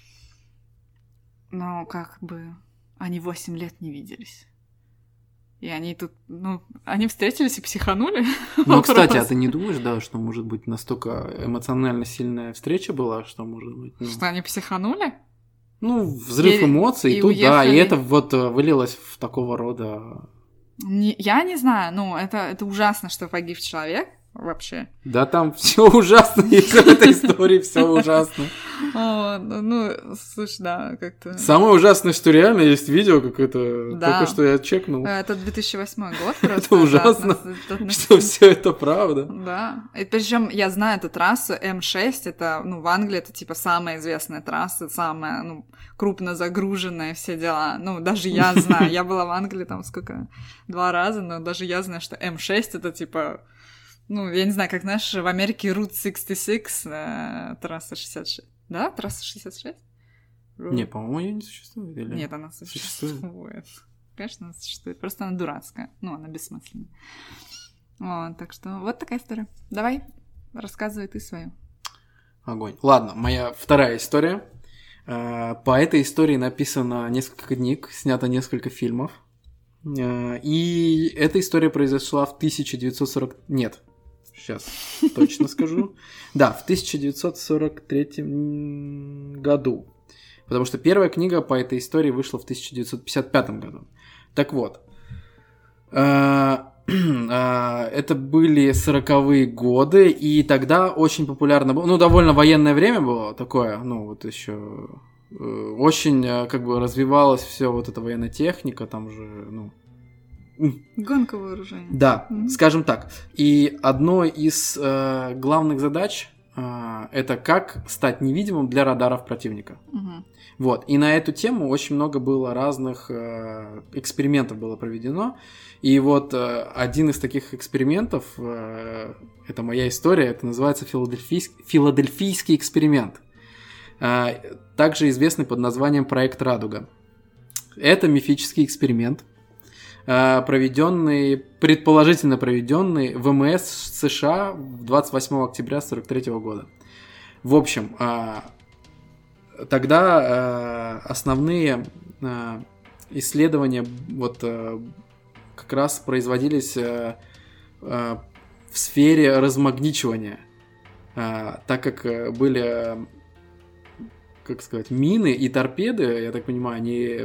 Но как бы они восемь лет не виделись. И они тут, ну, они встретились и психанули. Ну, кстати, а ты не думаешь, да, что, может быть, настолько эмоционально сильная встреча была, что, может быть... Ну... Что они психанули? Ну, взрыв и, эмоций, и тут, уехали. Да, и это вот вылилось в такого рода... Не, я не знаю, ну, это, это ужасно, что погиб человек. Вообще. Да там все ужасно, и в этой истории все ужасно. О, ну, слушай, да, как-то... Самое ужасное, что реально есть видео, как это... Да. Только что я чекнул. Это две тысячи восьмой год просто. Это ужасно, что все это правда. Да. И причем я знаю эту трассу эм шесть, это, ну, в Англии это типа самая известная трасса, самая, ну, крупно загруженная, все дела. Ну, даже я знаю, я была в Англии там сколько, два раза, но даже я знаю, что эм шесть это типа... Ну, я не знаю, как, знаешь, в Америке Route шестьдесят шесть, э, трасса шестьдесят шесть. Да? Трасса шестьдесят шесть? Route... Не, по-моему, ее не существует. Или... Нет, она существует. существует. Конечно, она существует. Просто она дурацкая. Ну, она бессмысленная. Вот, так что вот такая история. Давай, рассказывай ты свою. Огонь. Ладно, моя вторая история. По этой истории написано несколько книг, снято несколько фильмов. И эта история произошла в тысяча девятьсот сорок... Нет, сейчас точно скажу. Да, в тысяча девятьсот сорок третьем году. Потому что первая книга по этой истории вышла в тысяча девятьсот пятьдесят пятом году. Так вот. Это были сороковые годы, и тогда очень популярно было... Ну, довольно военное время было такое, ну, вот еще... Очень, как бы, развивалась все вот эта военная техника, там же, ну... Гонка вооружения. Да, mm-hmm. скажем так. И одной из э, главных задач э, это как стать невидимым для радаров противника. Mm-hmm. Вот. И на эту тему очень много было разных э, экспериментов было проведено. И вот э, один из таких экспериментов, э, это моя история, это называется Филадельфийский, Филадельфийский эксперимент. Э, также известный под названием проект «Радуга». Это мифический эксперимент, проведенный, предположительно проведенный в эм эс США двадцать восьмого октября сорок третьего года. В общем, тогда основные исследования вот как раз производились в сфере размагничивания, так как были, как сказать, мины и торпеды, я так понимаю, они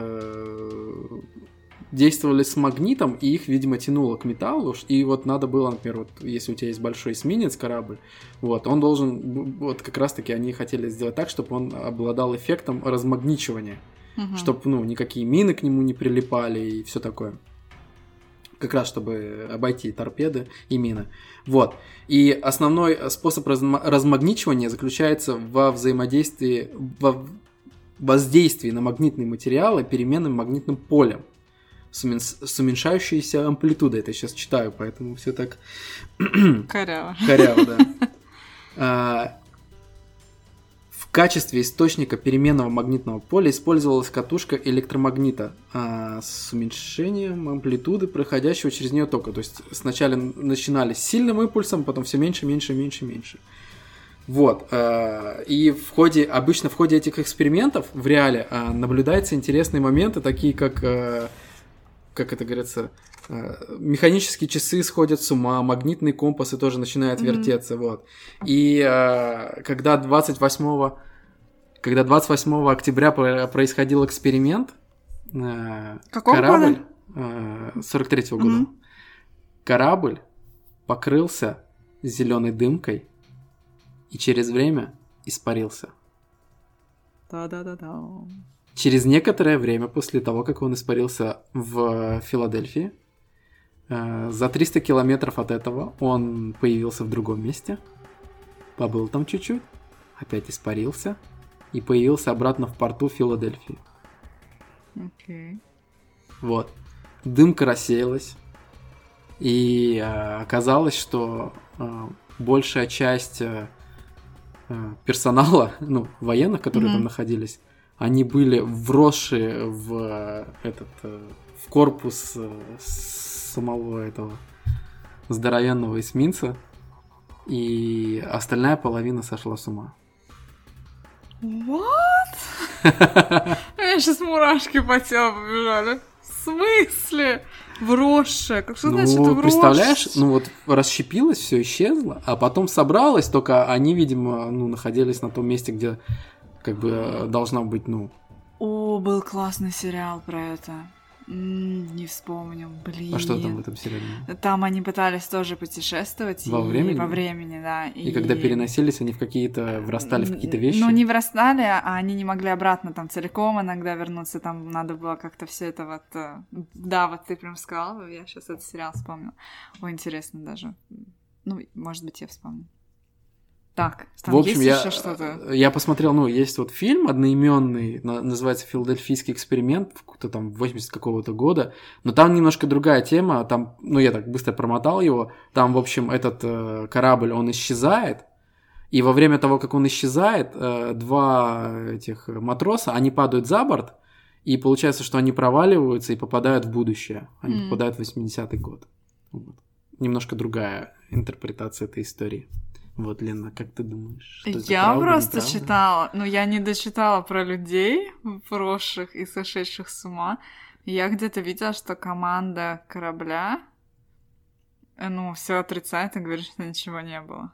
вот действовали с магнитом, и их, видимо, тянуло к металлу, и вот надо было, например, вот если у тебя есть большой эсминец, корабль, вот, он должен, вот как раз-таки они хотели сделать так, чтобы он обладал эффектом размагничивания, угу. чтобы, ну, никакие мины к нему не прилипали и все такое. Как раз, чтобы обойти торпеды и мины. Вот. И основной способ разма- размагничивания заключается во взаимодействии, во воздействии на магнитные материалы переменным магнитным полем с, умен... с уменьшающейся амплитудой. Это я сейчас читаю, поэтому все так... Коряво. Коряво, да. В качестве источника переменного магнитного поля использовалась катушка электромагнита а, с уменьшением амплитуды проходящего через нее тока. То есть сначала начинали с сильным импульсом, потом все меньше, меньше, меньше, меньше. Вот. А, и в ходе, обычно в ходе этих экспериментов в реале а, наблюдаются интересные моменты, такие как, а, как это говорится, а, механические часы сходят с ума, магнитные компасы тоже начинают mm-hmm. вертеться. Вот. И а, когда двадцать восьмого Когда двадцать восьмого октября происходил эксперимент, Какого корабль года? сорок третьего года, Mm-hmm. корабль покрылся зеленой дымкой и через время испарился. Да-да-да-да. Через некоторое время после того, как он испарился в Филадельфии, за триста километров от этого он появился в другом месте, побыл там чуть-чуть, опять испарился и появился обратно в порту Филадельфии. Окей. Okay. Вот. Дымка рассеялась, и э, оказалось, что э, большая часть э, персонала, ну, военных, которые mm-hmm. там находились, они были вросшие в э, этот э, в корпус э, самого этого здоровенного эсминца. и остальная половина сошла с ума. What? У меня сейчас мурашки по телу побежали. В смысле? Вросшая? Как что ну, значит вросшая? Представляешь, ну вот расщепилось, все исчезло, а потом собралось, только они, видимо, ну, находились на том месте, где как бы должна быть, ну... О, был классный сериал про это. М-м, не вспомню, блин. А что там в этом сериале? Там они пытались тоже путешествовать. Во и... времени? Во времени, да. И, и когда переносились, они в какие-то... врастали в какие-то вещи? Ну, не врастали, а они не могли обратно там целиком иногда вернуться. Там надо было как-то все это вот... Да, вот ты прям сказала, я сейчас этот сериал вспомнила. Ой, интересно даже. Ну, может быть, я вспомню. Так, там в общем, есть я, еще что-то? Я посмотрел, ну, есть вот фильм одноименный, называется «Филадельфийский эксперимент», какой-то там восьмидесятого какого-то года, но там немножко другая тема, там, ну, я так быстро промотал его, там, в общем, этот э, корабль, он исчезает, и во время того, как он исчезает, э, два этих матроса, они падают за борт, и получается, что они проваливаются и попадают в будущее, они mm. попадают в восьмидесятый год. Вот. Немножко другая интерпретация этой истории. Вот, Лена, как ты думаешь? Что я правда, просто неправда? читала, но я не дочитала про людей, вросших и сошедших с ума. Я где-то видела, что команда корабля, ну, все отрицает и говорит, что ничего не было.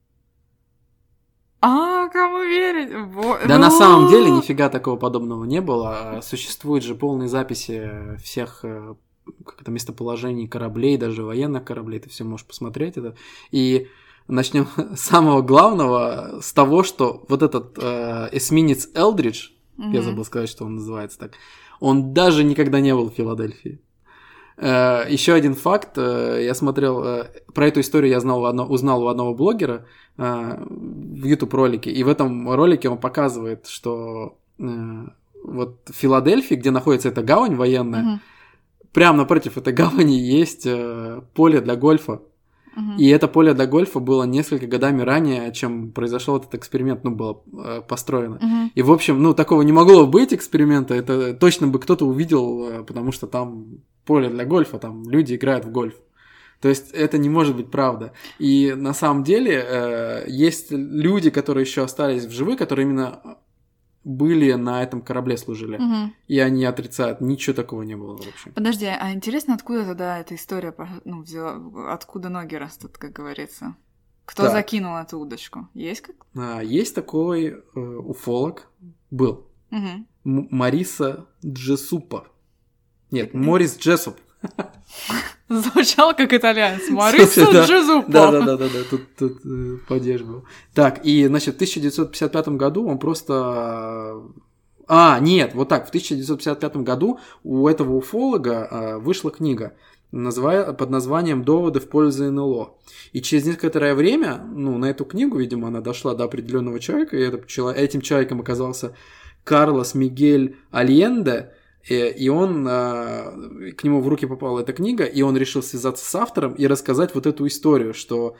А, кому верить? Во... Да, на самом деле нифига такого подобного не было. Существуют же полные записи всех как это, местоположений кораблей, даже военных кораблей. Ты все можешь посмотреть это. И начнем с самого главного, с того, что вот этот э, эсминец Элдридж, mm-hmm. я забыл сказать, что он называется так, он даже никогда не был в Филадельфии. Э, еще один факт, э, я смотрел, э, про эту историю я знал, одно, узнал у одного блогера э, в YouTube-ролике, и в этом ролике он показывает, что э, вот в Филадельфии, где находится эта гавань военная, mm-hmm. прямо напротив этой гавани есть э, поле для гольфа. И это поле для гольфа было несколько годами ранее, чем произошел этот эксперимент, ну, было э, построено. Uh-huh. И, в общем, ну, такого не могло быть эксперимента, это точно бы кто-то увидел, э, потому что там поле для гольфа, там люди играют в гольф. То есть это не может быть правда. И на самом деле э, есть люди, которые еще остались в живых, которые именно были на этом корабле, служили. Угу. И они отрицают, ничего такого не было, в общем. Подожди, а интересно, откуда тогда эта история, ну, взяла, откуда ноги растут, как говорится? Кто так. закинул эту удочку? Есть как? А, есть такой э, уфолог, был. Угу. М- Мариса Джессупа. Нет, Морис Джессуп. Звучало как итальянец. Мариса Джессупа. Да-да-да, тут, тут э, падеж был. Так, и, значит, в тысяча девятьсот пятьдесят пятом году он просто... А, нет, вот так, в тысяча девятьсот пятьдесят пятом году у этого уфолога э, вышла книга называя, под названием «Доводы в пользу эн эл о». И через некоторое время, ну, на эту книгу, видимо, она дошла до определенного человека, и это, этим человеком оказался Карлос Мигель Альенде, и он, к нему в руки попала эта книга, и он решил связаться с автором и рассказать вот эту историю, что...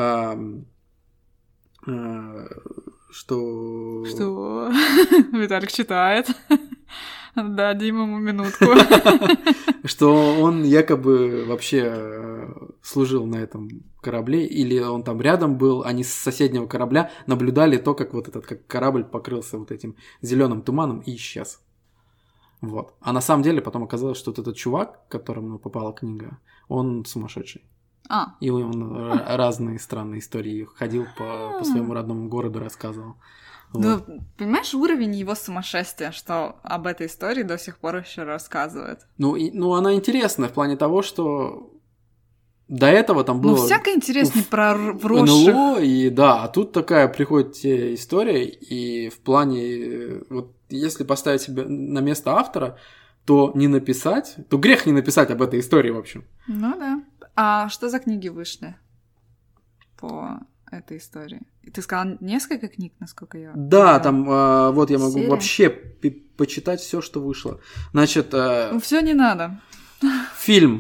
Что... Что? Виталик читает. Дадим ему минутку. Что он якобы вообще служил на этом корабле, или он там рядом был, они с соседнего корабля наблюдали то, как вот этот как корабль покрылся вот этим зеленым туманом и исчез. Вот. А на самом деле потом оказалось, что вот этот чувак, к которому попала книга, он сумасшедший. А. И он а. разные странные истории ходил по, по своему родному городу, рассказывал. Ну, вот. Понимаешь, уровень его сумасшествия, что об этой истории до сих пор еще рассказывает. Ну, и, ну она интересная в плане того, что до этого там было... Ну, всяко интереснее уф, про вросших. эн эл о, и да, а тут такая приходит история, и в плане, вот если поставить себя на место автора, то не написать, то грех не написать об этой истории, в общем. Ну да. А что за книги вышли по этой истории? Ты сказал несколько книг, насколько я... Да, там а, вот я могу Серия? вообще п- почитать все, что вышло. Значит... А... Ну, все не надо. Фильм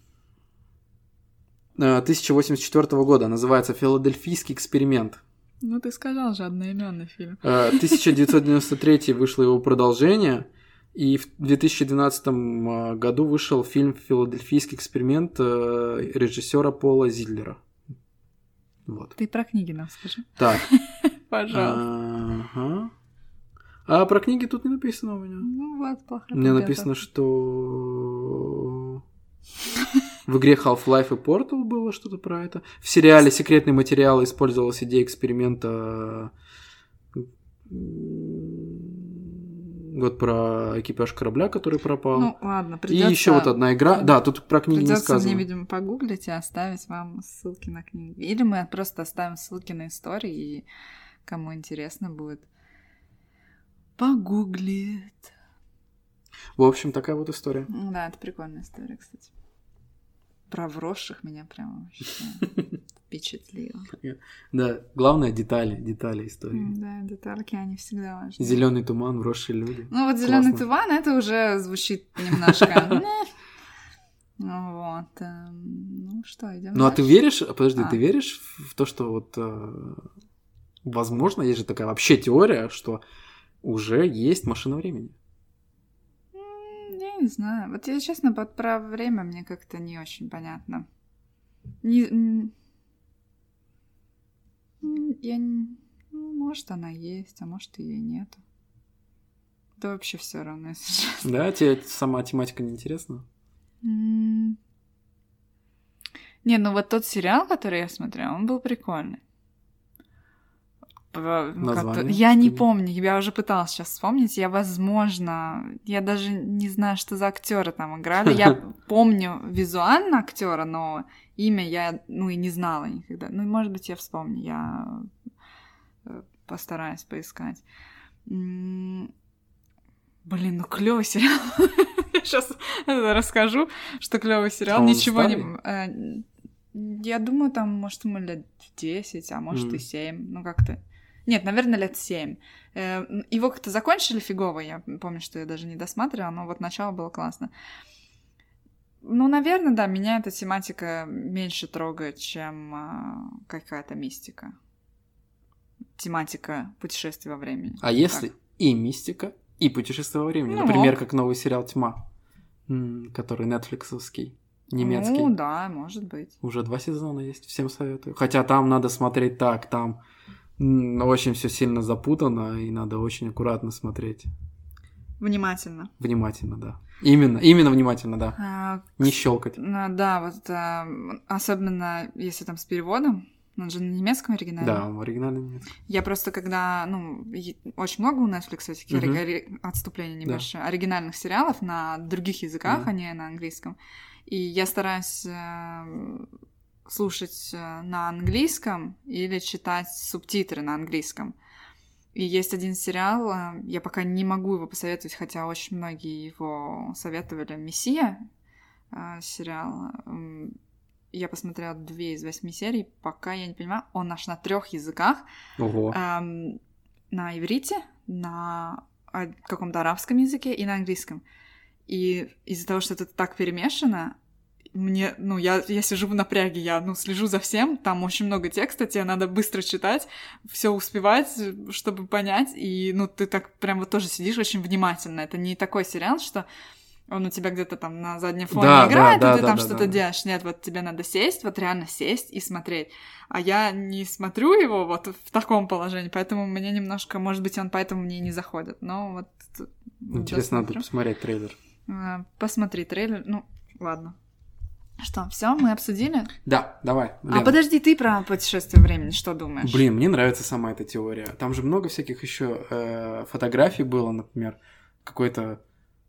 тысяча восемьдесят четвёртого года, называется «Филадельфийский эксперимент». Ну, ты сказал же, одноименный фильм. тысяча девятьсот девяносто третий вышло его продолжение, и в две тысячи двенадцатом году вышел фильм «Филадельфийский эксперимент» режиссера Пола Зидлера. Вот. Ты про книги нам скажи. Так. Пожалуйста. Ага. А про книги тут не написано у меня. Ну вот, плохо. Мне написано, что в игре Half-Life и Portal было что-то про это. В сериале «Секретные материалы» использовалась идея эксперимента вот про экипаж корабля, который пропал. Ну ладно, придётся... И еще вот одна игра. Да, тут про книги не сказано. Придётся мне, видимо, погуглить и оставить вам ссылки на книги. Или мы просто оставим ссылки на истории, и кому интересно будет, погуглит. В общем, такая вот история. Да, это прикольная история, кстати. Про вросших меня прям вообще впечатлило. Да, главное детали, детали истории. Да, детальки, они всегда важны. Зеленый туман, вросшие люди. Ну вот зеленый туман, это уже звучит немножко. Вот. Ну что, идем. Ну а ты веришь, подожди, ты веришь в то, что вот возможно, есть же такая вообще теория, что уже есть машина времени? Я не знаю. Вот я, честно, под про время мне как-то не очень понятно. Не... Я... Ну, может, она есть, а может, ее нету. Да вообще все равно, если честно. Да? Тебе сама тематика не интересна? Mm. Не, ну вот тот сериал, который я смотрела, он был прикольный. Название? Я не помню, я уже пыталась сейчас вспомнить. Я, возможно, я даже не знаю, что за актеры там играли. Я помню визуально актера, но имя я, ну, и не знала никогда. Ну, может быть, я вспомню, я постараюсь поискать. Блин, ну клёвый сериал. Сейчас расскажу, что клёвый сериал. Ничего не... Я думаю, там, может, ему лет десять, а может и семь. Ну, как-то... Нет, наверное, лет семь. Его как-то закончили фигово, я помню, что я даже не досматривала, но вот начало было классно. Ну, наверное, да, меня эта тематика меньше трогает, чем какая-то мистика. Тематика путешествия во времени. А так. Если и мистика, и путешествие во времени? Ну, например, как новый сериал «Тьма», который нетфликсовский. Немецкий. Ну, да, может быть. Уже два сезона есть, всем советую. Хотя там надо смотреть так, там очень все сильно запутано, и надо очень аккуратно смотреть. Внимательно. Внимательно, да. Именно, именно внимательно, да. А, не щелкать. Да, вот а, особенно если там с переводом. Он же на немецком оригинале. Да, он в оригинале немецком. Я просто когда, ну, очень много у Netflix этих uh-huh. ори- отступлений небольшие, да. оригинальных сериалов на других языках, uh-huh. а не на английском. И я стараюсь э, слушать на английском или читать субтитры на английском. И есть один сериал, э, я пока не могу его посоветовать, хотя очень многие его советовали. «Мессия» э, сериал. Э, я посмотрела две из восьми серий, пока я не понимаю. Он аж на трех языках. Ого. Э, на иврите, на каком-то арабском языке и на английском. И из-за того, что это так перемешано, мне, ну, я, я сижу в напряге, я, ну, слежу за всем, там очень много текста, тебе надо быстро читать, все успевать, чтобы понять, и, ну, ты так прям вот тоже сидишь очень внимательно. Это не такой сериал, что он у тебя где-то там на заднем фоне да, играет, да, и да, ты да, там да, что-то да. делаешь. Нет, вот тебе надо сесть, вот реально сесть и смотреть. А я не смотрю его вот в таком положении, поэтому мне немножко, может быть, он поэтому мне не заходит, но вот... Интересно, надо посмотреть трейлер. Посмотри трейлер. Ну, ладно. Что, все, мы обсудили? Да, давай. Лена. А подожди, ты про путешествие времени что думаешь? Блин, мне нравится сама эта теория. Там же много всяких еще э, фотографий было, например, какой-то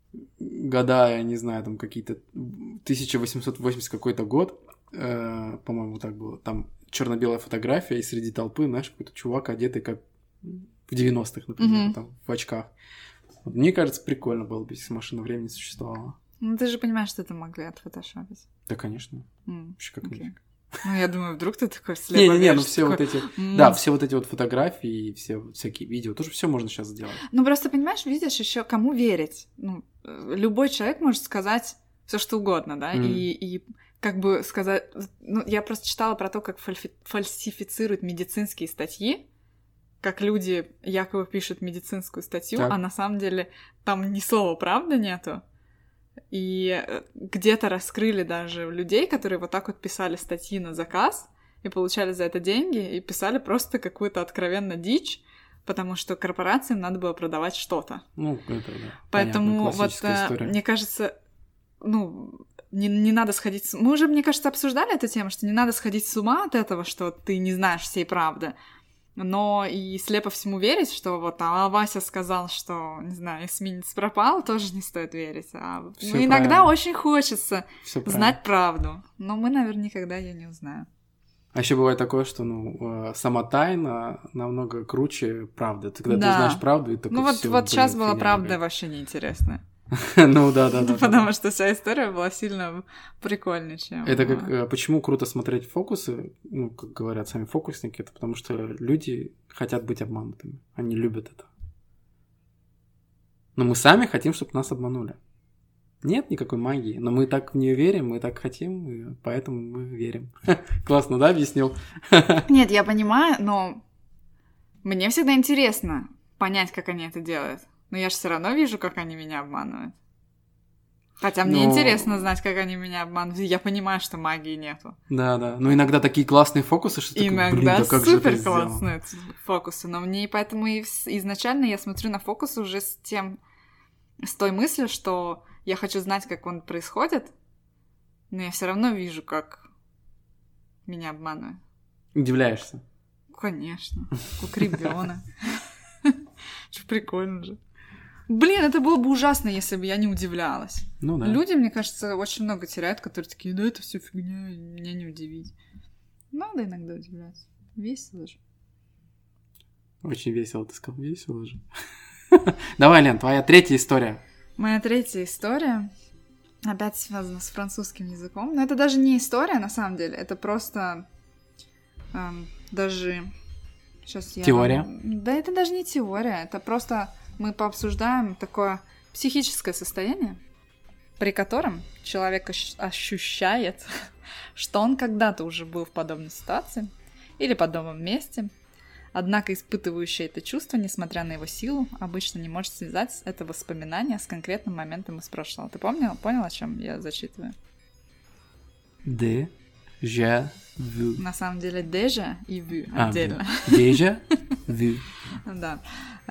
года, я не знаю, там какие-то тысяча восемьсот восьмидесятый какой-то год, э, по-моему, так было. Там черно-белая фотография, и среди толпы, знаешь, какой-то чувак, одетый как в девяностых, например, mm-hmm. там, в очках. Мне кажется, прикольно было бы, если машина времени существовала. Ну, ты же понимаешь, что это могли отфотошопить. Да, конечно. Mm. Вообще как okay. нифиг. Ну, я думаю, вдруг ты такой слепо Не-не-не, ну все такой... вот эти... Mm. Да, все вот эти вот фотографии, все всякие видео, тоже все можно сейчас сделать. Ну, просто, понимаешь, видишь, еще кому верить? Ну, любой человек может сказать все что угодно, да, mm. и, и как бы сказать... Ну, я просто читала про то, как фальфи... фальсифицируют медицинские статьи, как люди якобы пишут медицинскую статью, так. а на самом деле там ни слова правды нету. И где-то раскрыли даже людей, которые вот так вот писали статьи на заказ, и получали за это деньги, и писали просто какую-то откровенно дичь, потому что корпорациям надо было продавать что-то. Ну, это, да. Поэтому вот, история. Мне кажется, ну, не, не надо сходить с... Мы уже, мне кажется, обсуждали эту тему, что не надо сходить с ума от этого, что ты не знаешь всей правды, но и слепо всему верить, что вот а Вася сказал, что, не знаю, эсминец пропал, тоже не стоит верить. А ну, иногда правильно. очень хочется Всё знать правду, но мы, наверное, никогда ее не узнаем. А еще бывает такое, что ну сама тайна намного круче правды. Ты, когда да. ты знаешь правду, и такой, ну вот, всё, вот блин, сейчас была фигня правда какая-то. вообще неинтересная. Ну да, да, да. Потому что вся история была сильно прикольнее, чем... Это как... Почему круто смотреть фокусы, ну, как говорят сами фокусники, это потому что люди хотят быть обманутыми. Они любят это. Но мы сами хотим, чтобы нас обманули. Нет никакой магии, но мы так в нее верим, мы так хотим, и поэтому мы верим. Классно, да, объяснил? Нет, я понимаю, но мне всегда интересно понять, как они это делают. Но я же все равно вижу, как они меня обманывают. Хотя мне но... интересно знать, как они меня обманывают. Я понимаю, что магии нету. Да, да. Но иногда такие классные фокусы, что иногда такой, блин, да как же супер это сделал? классные фокусы. Но мне поэтому и изначально я смотрю на фокусы уже с тем, с той мыслью, что я хочу знать, как он происходит, но я все равно вижу, как меня обманывают. Удивляешься? Конечно. Как ребенок. Что прикольно же. Блин, это было бы ужасно, если бы я не удивлялась. Ну да. Люди, мне кажется, очень много теряют, которые такие, да это все фигня, меня не удивить. Надо иногда удивляться. Весело же. Очень весело, ты сказал, весело же. Давай, Лен, твоя третья история. Моя третья история опять связана с французским языком. Но это даже не история, на самом деле. Это просто эм, даже... Сейчас я... Теория? Да это даже не теория. Это просто мы пообсуждаем такое психическое состояние, при котором человек ощущает, что он когда-то уже был в подобной ситуации или подобном месте, однако испытывающий это чувство, несмотря на его силу, обычно не может связать это воспоминание с конкретным моментом из прошлого. Ты помнил, понял, о чем я зачитываю? Déjà vu. На самом деле déjà и vu отдельно. А, déjà vu. Да.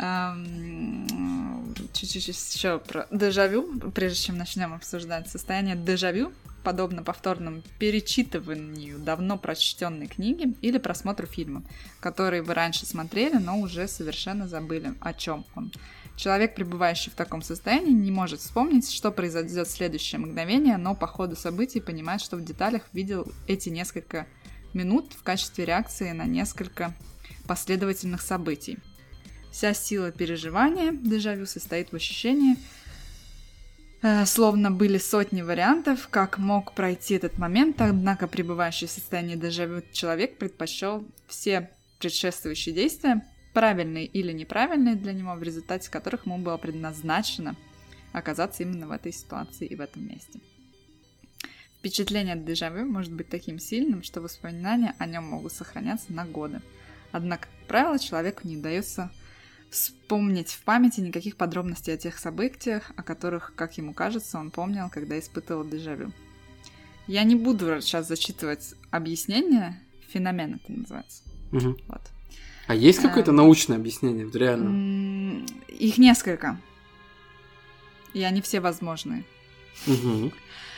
Чуть-чуть еще про дежавю, прежде чем начнем обсуждать. Состояние дежавю подобно повторному перечитыванию давно прочтенной книги или просмотру фильма, который вы раньше смотрели, но уже совершенно забыли, о чем он. Человек, пребывающий в таком состоянии, не может вспомнить, что произойдет в следующее мгновение, но по ходу событий понимает, что в деталях видел эти несколько минут в качестве реакции на несколько последовательных событий. Вся сила переживания дежавю состоит в ощущении, э, словно были сотни вариантов, как мог пройти этот момент, однако пребывающий в состоянии дежавю человек предпочел все предшествующие действия, правильные или неправильные для него, в результате которых ему было предназначено оказаться именно в этой ситуации и в этом месте. Впечатление от дежавю может быть таким сильным, что воспоминания о нем могут сохраняться на годы. Однако, как правило, человеку не удается вспомнить в памяти никаких подробностей о тех событиях, о которых, как ему кажется, он помнил, когда испытывал дежавю. Я не буду сейчас зачитывать объяснение, феномен это называется. Угу. Вот. А есть какое-то эм... научное объяснение, вот реально? Их несколько. И они все возможны. Угу.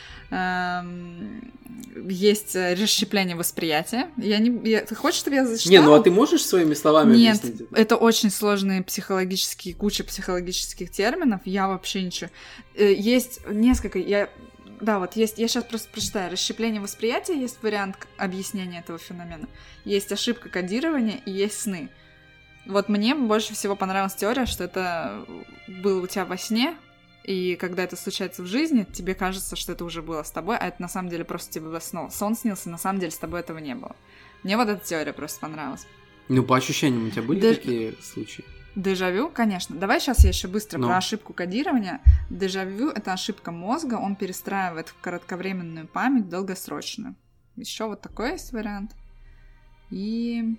Есть расщепление восприятия. Я не... я... Ты хочешь, чтобы я зачитала? Не, ну а ты можешь своими словами Нет, объяснить это? Это очень сложные психологические, куча психологических терминов. Я вообще ничего... Есть несколько... Я... Да, вот есть... Я сейчас просто прочитаю. Расщепление восприятия, есть вариант объяснения этого феномена. Есть ошибка кодирования и есть сны. Вот мне больше всего понравилась теория, что это было у тебя во сне, и когда это случается в жизни, тебе кажется, что это уже было с тобой, а это на самом деле просто тебе сон, сон снился, на самом деле с тобой этого не было. Мне вот эта теория просто понравилась. Ну, по ощущениям, у тебя были Деж... такие случаи? Дежавю, конечно. Давай сейчас я еще быстро ну. про ошибку кодирования. Дежавю — это ошибка мозга, он перестраивает в кратковременную память долгосрочную. Еще вот такой есть вариант. И...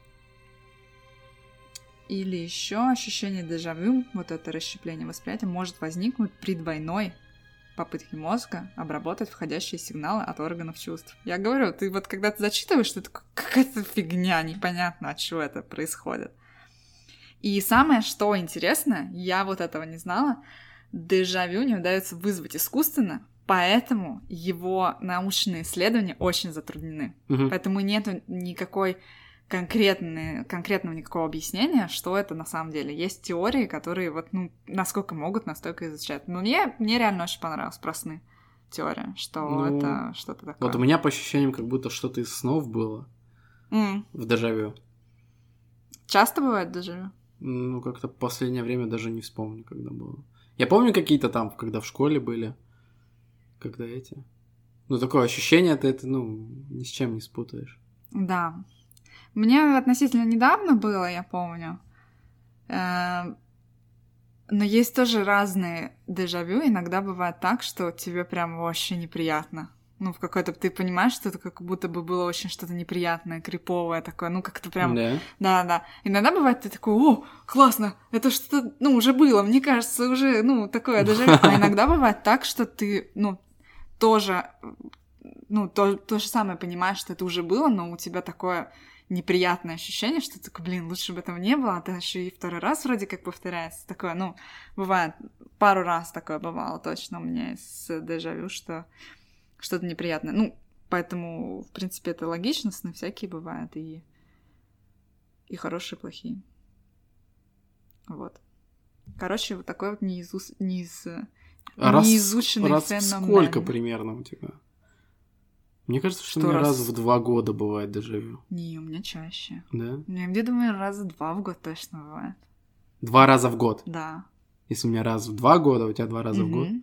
Или еще ощущение дежавю, вот это расщепление восприятия, может возникнуть при двойной попытки мозга обработать входящие сигналы от органов чувств. Я говорю, ты вот когда ты зачитываешь, ты такой, какая-то фигня, непонятно, от чего это происходит. И самое, что интересно, я вот этого не знала, дежавю не удается вызвать искусственно, поэтому его научные исследования очень затруднены. Угу. Поэтому нету никакой конкретной, конкретного никакого объяснения, что это на самом деле. Есть теории, которые вот, ну, насколько могут, настолько изучают. Но мне, мне реально очень понравилась про сны теория, что ну, это что-то такое. Вот у меня по ощущениям, как будто что-то из снов было mm. в дежавю. Часто бывает дежавю? Ну, как-то в последнее время даже не вспомню, когда было. Я помню какие-то там, когда в школе были, когда эти... Ну, такое ощущение, ты это, ну, ни с чем не спутаешь. Да. Мне относительно недавно было, я помню. Но есть тоже разные дежавю. Иногда бывает так, что тебе прям вообще неприятно. Ну, в какой-то... Ты понимаешь, что это как будто бы было очень что-то неприятное, криповое такое. Ну, как-то прям... Да. Да, да. Иногда бывает, ты такой, о, классно, это что-то, ну, уже было, мне кажется, уже, ну, такое дежавю. А иногда бывает так, что ты, ну, тоже, ну, то, то же самое понимаешь, что это уже было, но у тебя такое неприятное ощущение, что ты такой, блин, лучше бы этого не было, а то еще и второй раз вроде как повторяется. Такое, ну, бывает, пару раз такое бывало точно у меня с дежавю, что... что-то неприятное. Ну, поэтому, в принципе, это логично, сны всякие бывают, и, и хорошие, и плохие. Вот. Короче, вот такой вот неизу... неиз... раз... неизученный раз феномен. Сколько примерно у тебя? Мне кажется, что, что у меня раз... раз в два года бывает дежавю. Не, у меня чаще. Да? У меня, я думаю, раза два в год точно бывает. Два раза в год? Да. Если у меня раз в два года, у тебя два раза угу. в год?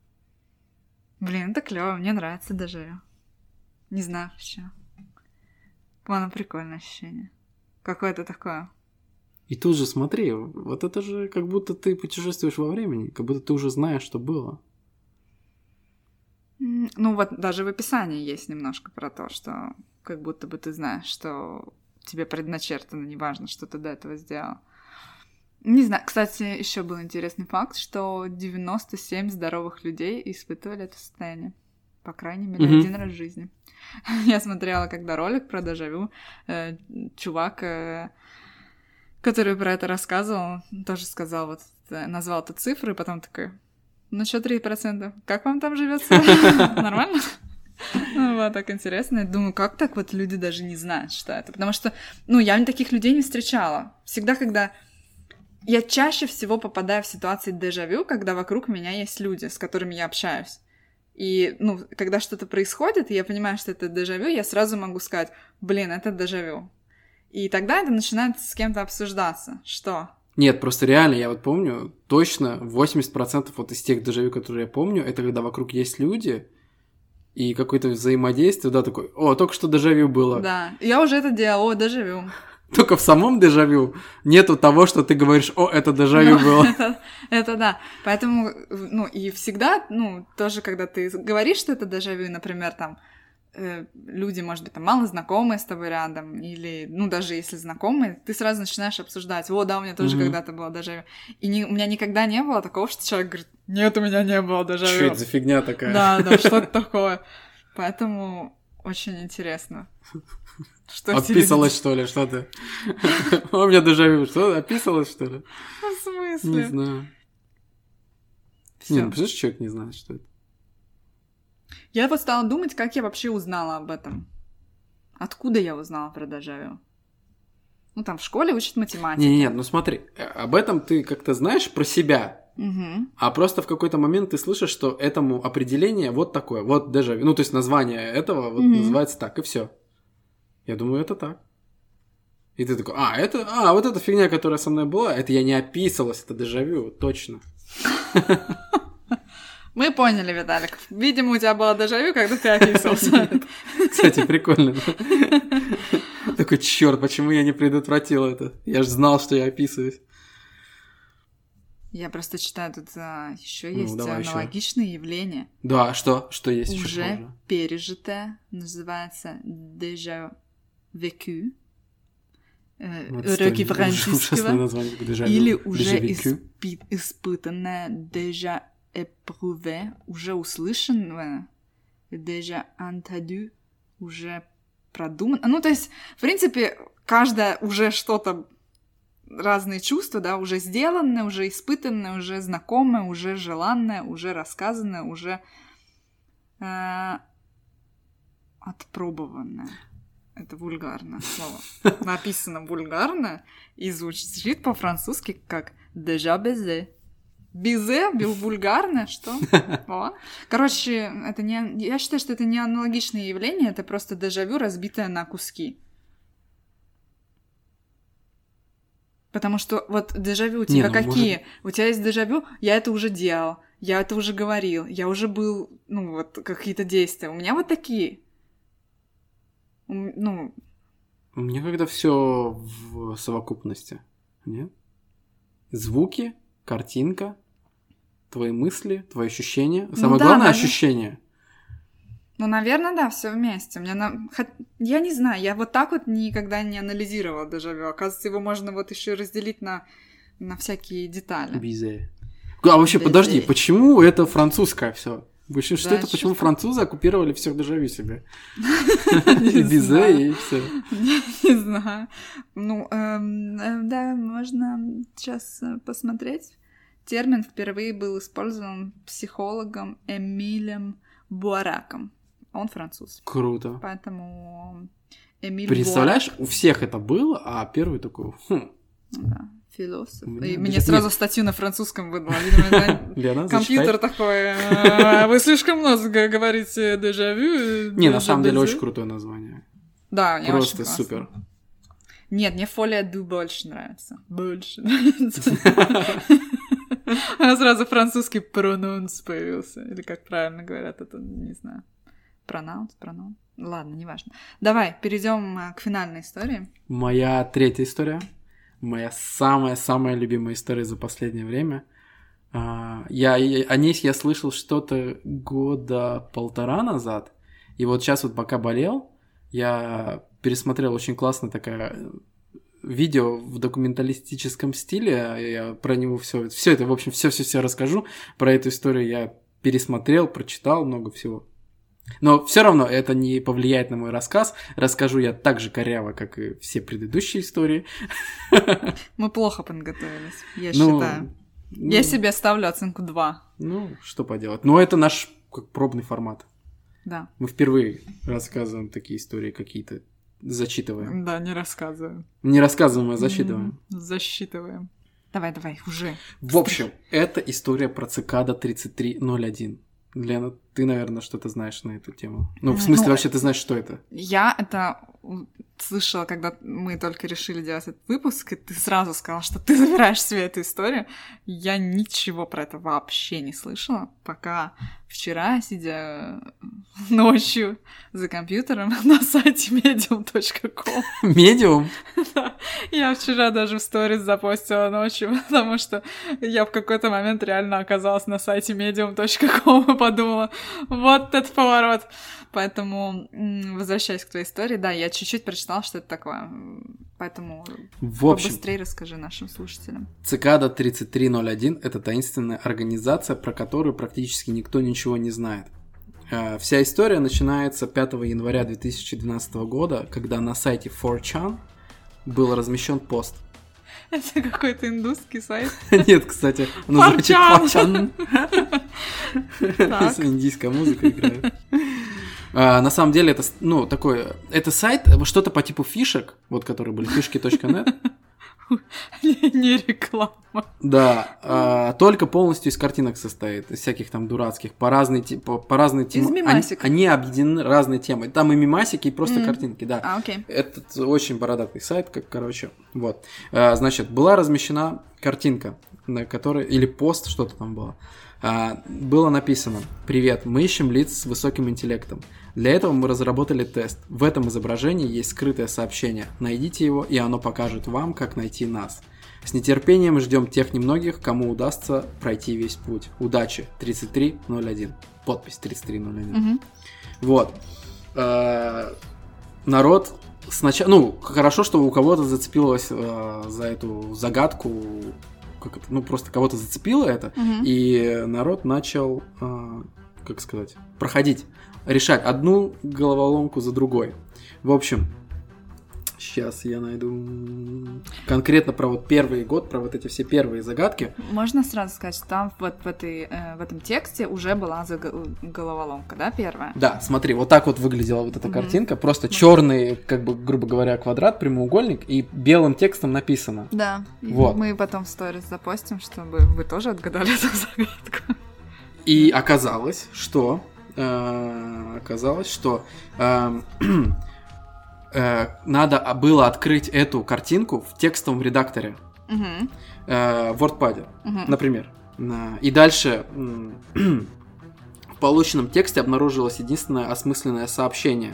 Блин, это клево, мне нравится даже. Не знаю почему. Ладно, прикольное ощущение. Какое-то такое. И тут же смотри, вот это же как будто ты путешествуешь во времени, как будто ты уже знаешь, что было. Ну вот даже в описании есть немножко про то, что как будто бы ты знаешь, что тебе предначертано, неважно, что ты до этого сделал. Не знаю, кстати, еще был интересный факт, что девяносто семь здоровых людей испытывали это состояние. По крайней мере, mm-hmm. один раз в жизни. Я смотрела, когда ролик про дежавю, э, чувак, э, который про это рассказывал, тоже сказал, вот, назвал эту цифру, и потом такой, ну что, три процента? Как вам там живется? Нормально? Ну, вот, так интересно. Я думаю, как так вот люди даже не знают, что это? Потому что, ну, я таких людей не встречала. Всегда, когда... Я чаще всего попадаю в ситуации дежавю, когда вокруг меня есть люди, с которыми я общаюсь. И, ну, когда что-то происходит, и я понимаю, что это дежавю, я сразу могу сказать, блин, это дежавю. И тогда это начинает с кем-то обсуждаться. Что? Нет, просто реально, я вот помню, точно восемьдесят процентов вот из тех дежавю, которые я помню, это когда вокруг есть люди, и какое-то взаимодействие, да, такой, о, только что дежавю было. Да, я уже это делала, о, дежавю. Только в самом дежавю нету того, что ты говоришь, о, это дежавю ну, было. Это, это да. Поэтому, ну, и всегда, ну, тоже, когда ты говоришь, что это дежавю, например, там, э, люди, может быть, там, мало знакомые с тобой рядом, или, ну, даже если знакомые, ты сразу начинаешь обсуждать, о, да, у меня тоже mm-hmm. когда-то было дежавю. И не, у меня никогда не было такого, что человек говорит, нет, у меня не было дежавю. Что это за фигня такая? Да, да, что-то такое. Поэтому очень интересно. Что Описалась, что ли, что ты? У меня дежавю, что? Описалась, что ли? В смысле? Не знаю. Всё. Не, ну, представляешь, человек не знает, что это. Я вот стала думать, как я вообще узнала об этом. Откуда я узнала про дежавю? Ну, там в школе учат математику. Не-не-не, ну смотри, об этом ты как-то знаешь про себя, угу. а просто в какой-то момент ты слышишь, что этому определение вот такое, вот дежавю. Ну, то есть название этого вот угу. называется так, и все. Я думаю, это так. И ты такой, а, это, а, вот эта фигня, которая со мной была, это я не описывалась, это дежавю, точно. Мы поняли, Виталик. Видимо, у тебя было дежавю, когда ты описывался. Кстати, прикольно. Такой, черт, почему я не предотвратил это? Я же знал, что я описываюсь. Я просто читаю, тут еще есть ну, аналогичные еще. явления. Да, что? Что есть еще? Уже пережитое, называется déjà vécu. Уроки французского. Или уже испи- испытанное déjà éprouvé, уже услышанное, déjà entendu, уже продумано. Ну, то есть, в принципе, каждое уже что-то, разные чувства, да, уже сделанное, уже испытанное, уже знакомое, уже желанное, уже рассказанное, уже э, отпробованное. Это вульгарное слово. Написано вульгарно и звучит по-французски как déjà baisé. Бизе, бил вульгарное, что? О. Короче, это не... я считаю, что это не аналогичное явление, это просто дежавю, разбитое на куски. Потому что вот дежавю у тебя не, ну, какие? Может... У тебя есть дежавю, я это уже делал, я это уже говорил, я уже был, ну, вот, какие-то действия. У меня вот такие. Ну... У меня когда все в совокупности. Нет? Звуки, картинка, твои мысли, твои ощущения. Самое ну, да, главное — наверное... ощущение. Ну, наверное, да, все вместе. У меня на... Я не знаю, я вот так вот никогда не анализировала дежавю. Оказывается, его можно вот еще разделить на, на всякие детали. Бизе. А вообще, Бизе. Подожди, почему это французское все? Что да, это? Почему что? Французы оккупировали все дежавю себе? Бизе и все. Не знаю. Ну, да, можно сейчас посмотреть. Термин впервые был использован психологом Эмилем Буараком. Он француз. Круто. Поэтому Эмиль Представляешь, Буарак... у всех это было, а первый такой... Хм. Да, философ. Мне, и мне сразу нет. Статью на французском выдала. Видимо, компьютер такой... Вы слишком много говорите дежавю. Не, на самом деле очень крутое название. Да, мне просто супер. Нет, мне фолия ду больше нравится. Больше нравится. А сразу французский прононс появился. Или как правильно говорят, это не знаю. Пронаунс, пронон. Ладно, неважно. Давай, перейдем к финальной истории. Моя третья история. Моя самая-самая любимая история за последнее время. Я, о ней я слышал что-то года полтора назад. И вот сейчас вот пока болел, я пересмотрел очень классно такая... видео в документалистическом стиле, я про него все, все это, в общем, все-все-все расскажу. Про эту историю я пересмотрел, прочитал много всего. Но все равно это не повлияет на мой рассказ. Расскажу я так же коряво, как и все предыдущие истории. Мы плохо подготовились, я ну, считаю. Ну, я себе ставлю оценку два. Ну, что поделать. Но это наш как пробный формат. Да. Мы впервые рассказываем такие истории какие-то. Зачитываем. Да, не рассказываем. Не рассказываем, а засчитываем. Mm-hmm. Засчитываем. Давай, давай, уже. В общем, это история про цикада тридцать три ноль один. Лена, ты, наверное, что-то знаешь на эту тему. Ну, в смысле, ну, вообще ты знаешь, что это? Я это слышала, когда мы только решили делать этот выпуск, и ты сразу сказала, что ты забираешь себе эту историю. Я ничего про это вообще не слышала, пока вчера, сидя ночью за компьютером на сайте медиум точка ком. Медиум? Да. Я вчера даже в сторис запостила ночью, потому что я в какой-то момент реально оказалась на сайте медиум точка ком и подумала, вот этот поворот. Поэтому, возвращаясь к твоей истории, да, я чуть-чуть прочитала, что это такое. Поэтому в общем, побыстрее расскажи нашим слушателям. Цикада тридцать три ноль один — это таинственная организация, про которую практически никто ничего не знает. Вся история начинается пятого января две тысячи двенадцатого года, когда на сайте фор чан был размещен пост. Это какой-то индусский сайт? Нет, кстати, он называется фор чан. Индийская музыка играет. А, на самом деле это, ну, такой, это сайт, что-то по типу фишек, вот, которые были, фишки точка нет. Не реклама. Да, а, только полностью из картинок состоит, из всяких там дурацких, по разной по, по разной темам. Из мимасик. Они, они объединены разной темой. Там и мимасики, и просто mm. картинки, да. А, окей. Этот очень бородатый сайт, как, короче, вот. А, значит, была размещена картинка, на которой, или пост, что-то там было. А, было написано: «Привет, мы ищем лиц с высоким интеллектом. Для этого мы разработали тест. В этом изображении есть скрытое сообщение. Найдите его, и оно покажет вам, как найти нас. С нетерпением ждем тех немногих, кому удастся пройти весь путь. Удачи. тридцать три ноль один». Подпись тридцать три ноль один. Mm-hmm. Вот. А, народ сначала... Ну, хорошо, что у кого-то зацепилось а, за эту загадку как это, ну, просто кого-то зацепило это, Мгм. и народ начал, э, как сказать, проходить, решать одну головоломку за другой. В общем, сейчас я найду конкретно про вот первый год, про вот эти все первые загадки. Можно сразу сказать, что там вот в, этой, э, в этом тексте уже была заг- головоломка, да, первая? Да, смотри, вот так вот выглядела вот эта Мгм. картинка, просто черный, как бы, грубо говоря, квадрат, прямоугольник, и белым текстом написано. Да. И Вот. мы потом в сторис запостим, чтобы вы тоже отгадали эту загадку. И оказалось, что э, оказалось, что э, э, надо было открыть эту картинку в текстовом редакторе Мгм. э, в WordPad, Мгм. например. На- И дальше м, в полученном тексте обнаружилось единственное осмысленное сообщение.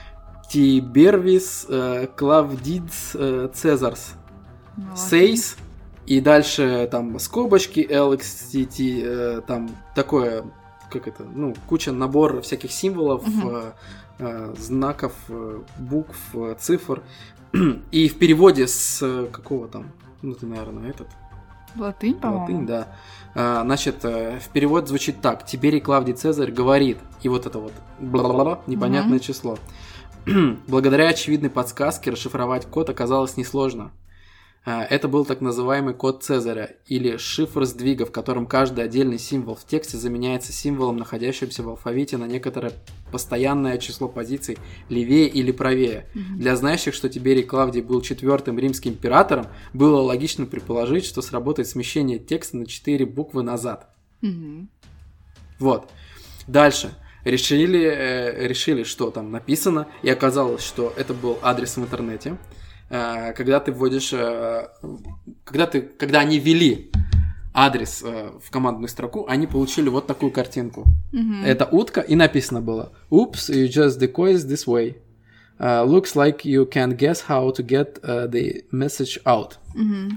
Тибервис э, Клавдидс э, Цезарс Ну, ладно. Сейс. И дальше там скобочки, эл икс ти ти, э, там такое, как это, ну, куча набор всяких символов, Мгм. э, э, знаков, э, букв, э, цифр. И в переводе с э, какого там, ну, ты, наверное, этот, Латынь, по-моему. латынь, да. А, значит, э, в перевод звучит так. Тиберий Клавдий Цезарь говорит. И вот это вот бла-бла-бла, непонятное Мгм. число. Благодаря очевидной подсказке расшифровать код оказалось несложно. А, Это был так называемый код Цезаря, или шифр сдвига, в котором каждый отдельный символ в тексте заменяется символом, находящимся в алфавите на некоторое постоянное число позиций левее или правее. Мгм. Для знающих, что Тиберий Клавдий был четвертым римским императором, было логично предположить, что сработает смещение текста на четыре буквы назад. Мгм. Вот. Дальше. Решили, э, решили, что там написано, и оказалось, что это был адрес в интернете. Э, когда ты вводишь... э, когда, ты, когда они ввели адрес э, в командную строку, они получили вот такую картинку. Мгм. Это утка, и написано было «Oops, you just decoys this way. Uh, looks like you can guess how to get uh, the message out». Мгм.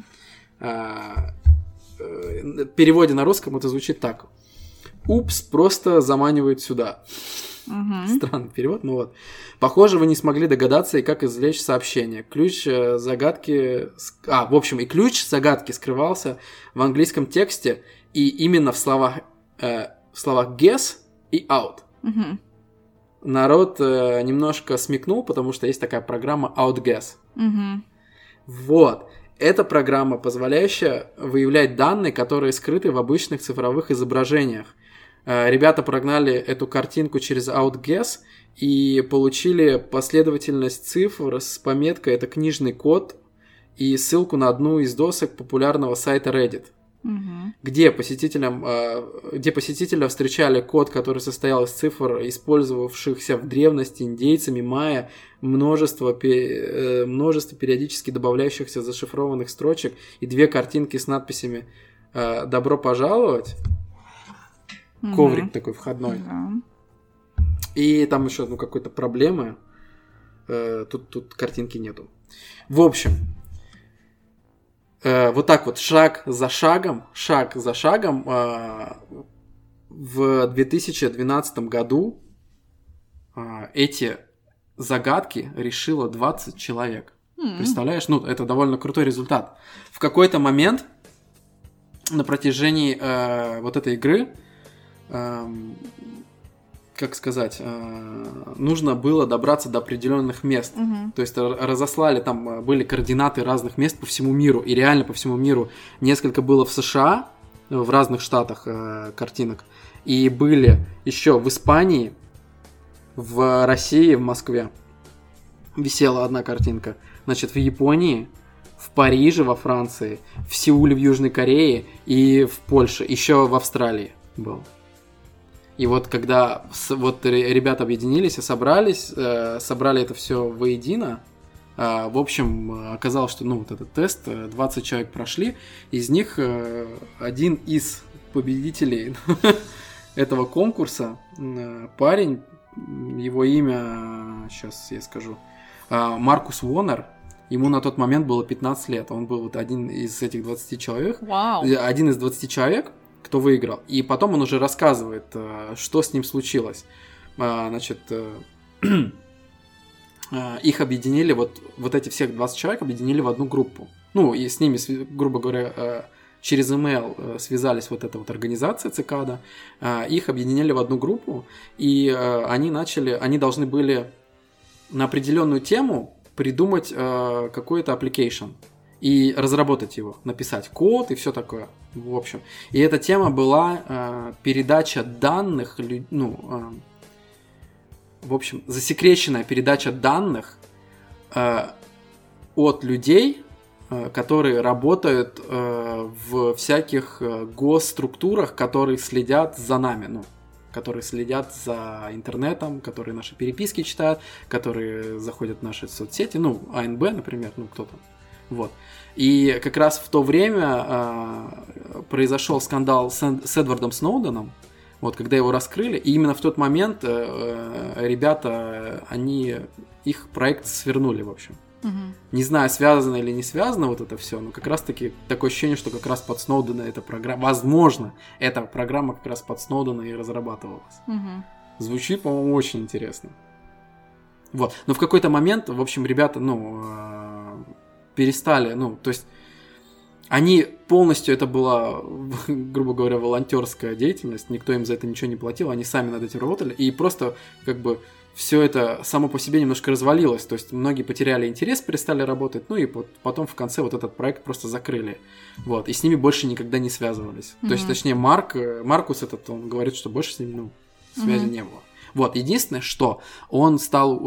А, э, в переводе на русском это звучит так. «Упс, просто заманивает сюда». Мгм. Странный перевод, но вот. Похоже, вы не смогли догадаться, и как извлечь сообщение. Ключ э, загадки... с- А, в общем, и ключ загадки скрывался в английском тексте, и именно в словах, э, в словах guess и out. Мгм. Народ э, немножко смекнул, потому что есть такая программа OutGuess. Мгм. Вот. Это программа, позволяющая выявлять данные, которые скрыты в обычных цифровых изображениях. Э, Ребята прогнали эту картинку через OutGuess и получили последовательность цифр с пометкой «это книжный код» и ссылку на одну из досок популярного сайта Reddit, Мгм. где посетителям, э, где посетителя встречали код, который состоял из цифр, использовавшихся в древности индейцами майя, множество, пе- э, множество периодически добавляющихся зашифрованных строчек и две картинки с надписями э, «Добро пожаловать», Мгм. коврик такой входной, Да. и там еще ну, какой-то проблемы, э, тут, тут картинки нету. В общем, э, вот так вот шаг за шагом, шаг за шагом э, в две тысячи двенадцатом году э, эти загадки решило двадцать человек. М. Представляешь? Ну, это довольно крутой результат. В какой-то момент на протяжении э, вот этой игры, эм, как сказать, э, нужно было добраться до определенных мест. Мгм. То есть р- разослали, там э, были координаты разных мест по всему миру. И реально по всему миру. Несколько было в США, э, в разных штатах э, картинок. И были еще в Испании, в России, в Москве. Висела одна картинка. Значит, в Японии, в Париже, во Франции, в Сеуле, в Южной Корее и в Польше. Еще в Австралии был. И вот когда с- вот ре- ребята объединились и собрались, э, собрали это все воедино, э, в общем, э, оказалось, что ну, вот этот тест, э, двадцать человек прошли, из них э, один из победителей этого конкурса, э, парень, м, его имя, сейчас я скажу, э, Маркус Вонер, ему на тот момент было пятнадцать лет, он был вот один из этих двадцати человек, Вау. один из двадцати человек, кто выиграл. И потом он уже рассказывает, э, что с ним случилось. А, Значит, э, э, их объединили, вот, вот эти всех двадцать человек объединили в одну группу. Ну, и с ними, св- грубо говоря, э, через email связались вот эта вот организация Цикада, их объединили в одну группу, и они начали, они должны были на определенную тему придумать какой-то application и разработать его, написать код и все такое, в общем. И эта тема была передача данных, ну, в общем, засекреченная передача данных от людей, которые работают э, в всяких госструктурах, которые следят за нами, ну, которые следят за интернетом, которые наши переписки читают, которые заходят в наши соцсети, ну, АНБ, например, ну, кто там, вот. И как раз в то время э, произошел скандал с, с Эдвардом Сноуденом, вот, когда его раскрыли, и именно в тот момент э, ребята, они, их проект свернули, в общем. Угу. Не знаю, связано или не связано вот это все, но как раз-таки такое ощущение, что как раз под Сноудена эта программа, возможно, эта программа как раз под Сноудена и разрабатывалась. Угу. Звучит, по-моему, очень интересно. Вот, но в какой-то момент, в общем, ребята, ну, перестали, ну, то есть они полностью, это была, грубо говоря, волонтерская деятельность, никто им за это ничего не платил, они сами над этим работали, и просто, как бы, все это само по себе немножко развалилось, то есть многие потеряли интерес, перестали работать, ну и потом в конце вот этот проект просто закрыли, вот, и с ними больше никогда не связывались. Mm-hmm. То есть, точнее, Марк, Маркус этот, он говорит, что больше с ним, ну, связи mm-hmm. не было. Вот, единственное, что он стал,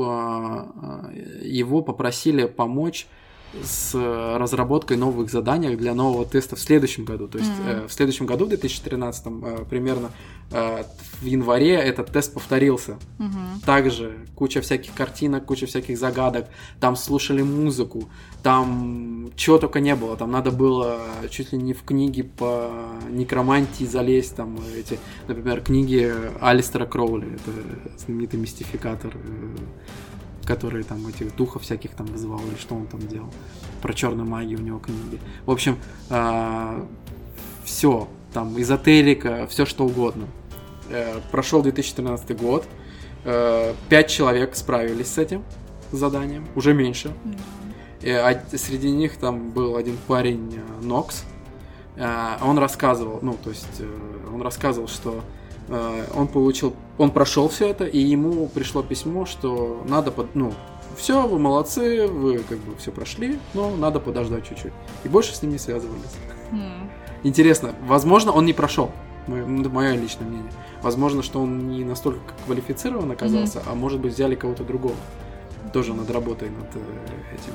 его попросили помочь с разработкой новых заданий для нового теста в следующем году. То есть mm-hmm. э, в следующем году, в две тысячи тринадцатом, э, примерно э, в январе этот тест повторился. Mm-hmm. Также куча всяких картинок, куча всяких загадок. Там слушали музыку, там чего только не было. Там надо было чуть ли не в книги по некромантии залезть. Там эти, например, книги Алистера Кроули. Это знаменитый мистификатор, э, который там этих духов всяких там вызывал, или что он там делал. Про черную магию у него книги. В общем, э, все, там, эзотерика, все что угодно. Э, прошел две тысячи тринадцатый год, э, пять человек справились с этим заданием, уже меньше. Mm-hmm. А среди них там был один парень, э, Нокс. Э, он рассказывал, ну, то есть, э, он рассказывал, что он получил, он прошел все это, и ему пришло письмо, что надо, под, ну, все, вы молодцы, вы как бы все прошли, но надо подождать чуть-чуть. И больше с ним не связывались. Mm. Интересно, возможно, он не прошел, мое личное мнение. Возможно, что он не настолько квалифицирован оказался, mm-hmm. а может быть взяли кого-то другого. Тоже над работой над этим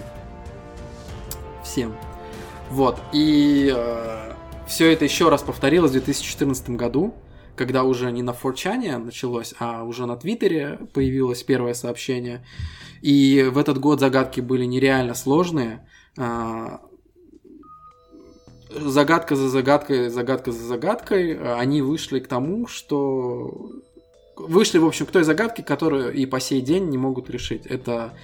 всем. Вот, и э, все это еще раз повторилось в две тысячи четырнадцатом году, когда уже не на фор чане началось, а уже на Твиттере появилось первое сообщение. И в этот год загадки были нереально сложные. Загадка за загадкой, загадка за загадкой. Они вышли к тому, что... Вышли, в общем, к той загадке, которую и по сей день не могут решить. Это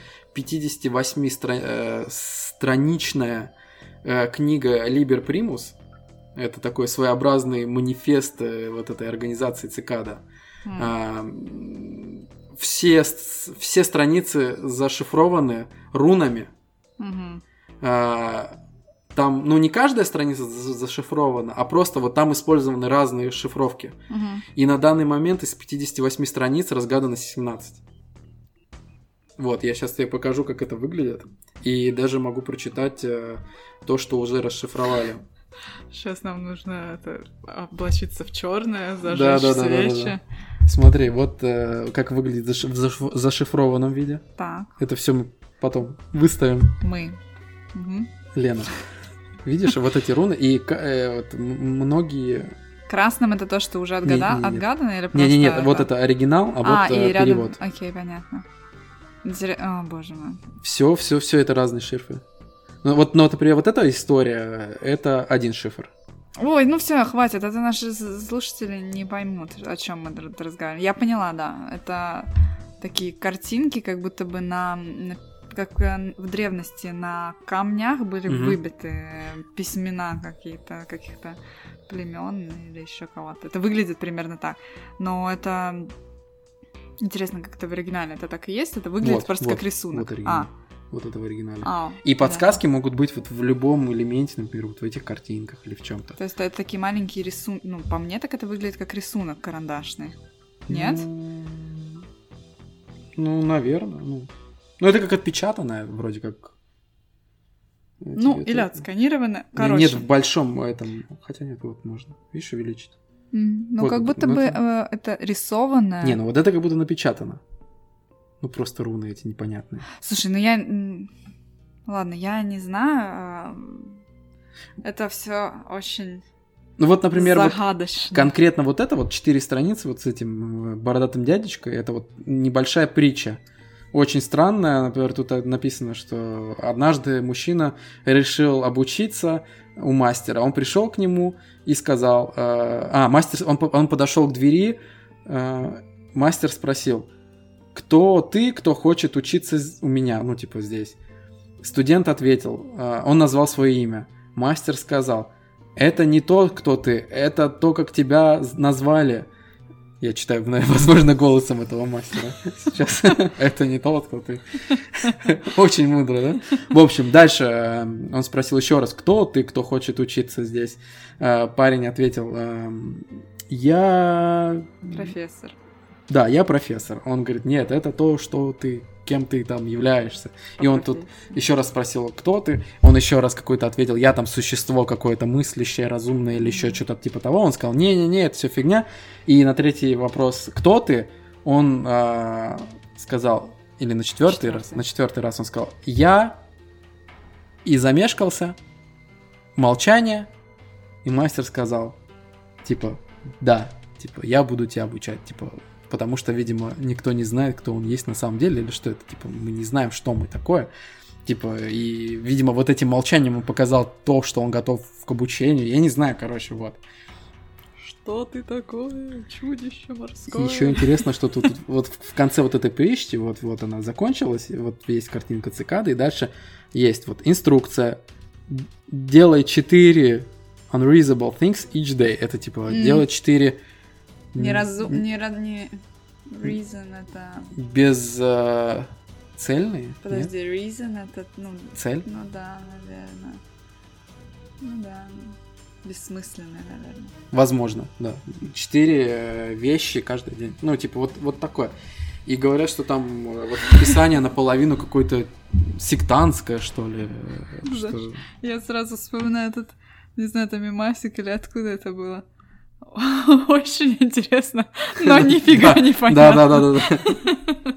пятидесятивосьмистраничная книга «Liber Primus». Это такой своеобразный манифест вот этой организации Цикада. Mm. А, все, все страницы зашифрованы рунами. Mm-hmm. А, там, ну, не каждая страница зашифрована, а просто вот там использованы разные шифровки. Mm-hmm. И на данный момент из пятидесяти восьми страниц разгадано семнадцать. Вот, я сейчас тебе покажу, как это выглядит. И даже могу прочитать э, то, что уже расшифровали. Сейчас нам нужно это, облачиться в черное, зажечь да, да, свечи. Да, да, да. Смотри, вот э, как выглядит в зашиф- зашифрованном виде. Так. Это все мы потом выставим. Мы. Угу. Лена. Видишь, вот эти руны, и э, вот, многие... Красным это то, что уже отгада... не, не, отгадано, или просто... Не-не-нет, это... вот это оригинал, а, а вот и э, рядом... перевод. Окей, понятно. О, боже мой. Все, все, все это разные шифры. Ну вот, ну, например, вот эта история, это один шифр. Ой, ну все, хватит, это наши слушатели не поймут, о чем мы разговариваем. Я поняла, да, это такие картинки, как будто бы на, на как в древности на камнях были mm-hmm. выбиты письмена какие-то, каких-то племен или еще кого-то. Это выглядит примерно так, но это интересно, как это в оригинале, это так и есть, это выглядит вот, просто вот, как рисунок. Вот а, вот это в оригинале. А, и подсказки да. могут быть вот в любом элементе, например, вот в этих картинках или в чем-то. То есть это такие маленькие рисунки. Ну, по мне так это выглядит как рисунок карандашный. Нет? Ну, ну наверное. Ну. ну, это как отпечатанное, вроде как. Ну, или это... отсканировано. Короче. Нет, в большом этом. Хотя нет, вот можно. Видишь, увеличить. Mm, ну, вот, как будто ну, бы это... э, это рисованное. Не, ну вот это как будто напечатано. Ну, просто руны эти непонятные. Слушай, ну я... Ладно, я не знаю. Это все очень ну, вот, например, загадочно. Вот, конкретно вот это вот четыре страницы вот с этим бородатым дядечкой, это вот небольшая притча. Очень странная. Например, тут написано, что однажды мужчина решил обучиться у мастера. Он пришел к нему и сказал... Э, а, мастер... Он, он подошел к двери, э, мастер спросил... Кто ты, кто хочет учиться у меня? Ну, типа здесь. Студент ответил. Он назвал свое имя. Мастер сказал. Это не то, кто ты. Это то, как тебя назвали. Я читаю, возможно, голосом этого мастера. Сейчас. Это не то, кто ты. Очень мудро, да? В общем, дальше он спросил еще раз. Кто ты, кто хочет учиться здесь? Парень ответил. Я... Профессор. Да, я профессор. Он говорит, нет, это то, что ты, кем ты там являешься. По и он профессии. Тут еще раз спросил, кто ты. Он еще раз какой-то ответил, я там существо какое-то мыслящее, разумное или еще что-то типа того. Он сказал, не-не-не, это все фигня. И на третий вопрос, кто ты, он а, сказал, или на четвертый, четвертый раз, на четвертый раз он сказал, я, и замешкался, молчание, и мастер сказал, типа, да, типа, я буду тебя обучать, типа, потому что, видимо, никто не знает, кто он есть на самом деле, или что это, типа, мы не знаем, что мы такое, типа, и, видимо, вот этим молчанием он показал то, что он готов к обучению, я не знаю, короче, вот. Что ты такое, чудище морское? Еще интересно, что тут вот в конце вот этой притчи, вот, вот она закончилась, вот есть картинка цикады, и дальше есть вот инструкция, делай четыре unreasonable things each day, это, типа, mm. делай четыре... Не разу... Не, не... Reason это... Без... Uh, цельные? Подожди, нет? Reason это... Ну, цель? Ну да, наверное. Ну да. Бессмысленное, наверное. Возможно, да. Четыре вещи каждый день. Ну, типа, вот, вот такое. И говорят, что там вот писание наполовину какое-то сектантское, что ли. Что... Я сразу вспоминаю этот, не знаю, это мемасик или откуда это было. Очень интересно, но нифига не понятно. Да-да-да.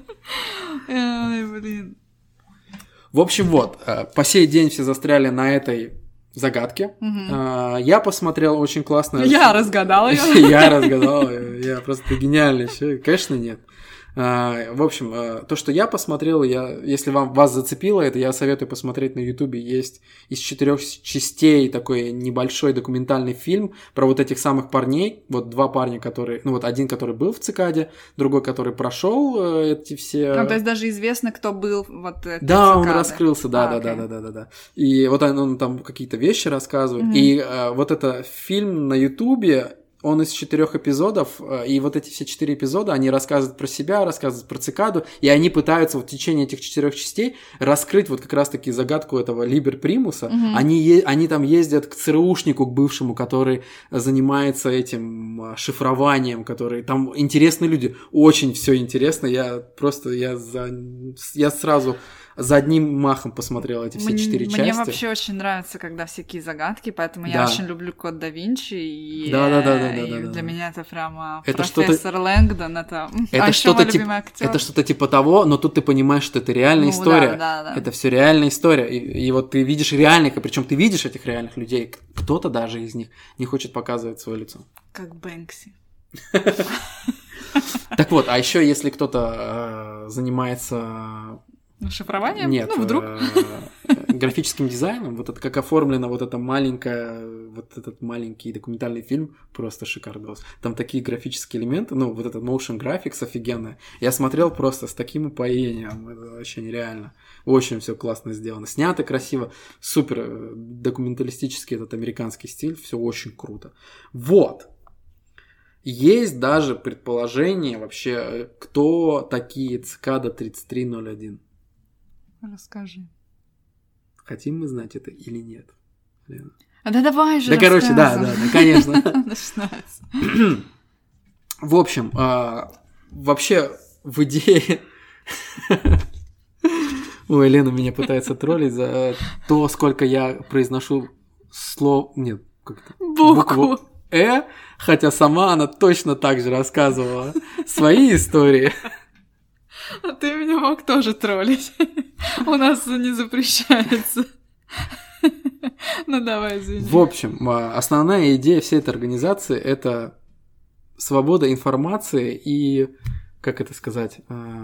Ой, блин. В общем, вот, по сей день все застряли на этой загадке. Я посмотрел очень классно. Я разгадала ее. Я разгадал, я просто гениальный человек. Конечно, нет. В общем, то, что я посмотрел, я, если вам, вас зацепило это, я советую посмотреть на Ютубе. Есть из четырех частей такой небольшой документальный фильм про вот этих самых парней. Вот два парня, которые... Ну, вот один, который был в цикаде, другой, который прошел эти все... Ну, то есть даже известно, кто был вот этой Да, цикады. он раскрылся, да, а, да, да, да, да, да, да. И вот он, он там какие-то вещи рассказывает. Mm-hmm. И а, вот это фильм на Ютубе... Он из четырех эпизодов, и вот эти все четыре эпизода, они рассказывают про себя, рассказывают про цикаду, и они пытаются вот в течение этих четырех частей раскрыть вот как раз-таки загадку этого Либер Примуса. Mm-hmm. Они, е- они там ездят к ЦРУшнику, к бывшему, который занимается этим шифрованием, который... Там интересные люди, очень все интересно, я просто, я, за... я сразу... За одним махом посмотрел эти все мне, четыре части. Мне вообще очень нравится, когда всякие загадки, поэтому да. я очень люблю Код да Винчи, и, да, да, да, да, и да, да, для да. меня это прямо это профессор Лэнгдон, это, это а что-то мой тип... любимый актер. Это что-то типа того, но тут ты понимаешь, что это реальная ну, история. Да, да, да. Это все реальная история. И, и вот ты видишь реальных, и причем ты видишь этих реальных людей. Кто-то даже из них не хочет показывать свое лицо. Как Бэнкси. Так вот, а еще если кто-то занимается... Шифрованием? Нет, ну, вдруг. графическим дизайном, вот это как оформлено вот это маленькое, вот этот маленький документальный фильм, просто шикардос. Там такие графические элементы, ну, вот этот motion graphics офигенный. Я смотрел просто с таким упоением, это вообще нереально. Очень все классно сделано, снято красиво, супер документалистический этот американский стиль, все очень круто. Вот. Есть даже предположение вообще, кто такие Цикада тридцать три ноль один. Расскажи. Хотим мы знать это или нет, Лена? А да давай же Да, короче, да, да, да, конечно. Начинается. В общем, а, вообще в идее... Ой, Лена меня пытается троллить за то, сколько я произношу слов... Нет, как это? Букву. «э», хотя сама она точно так же рассказывала свои истории. А ты меня мог тоже троллить. У нас не запрещается. Ну давай, извини. В общем, основная идея всей этой организации – это свобода информации и, как это сказать,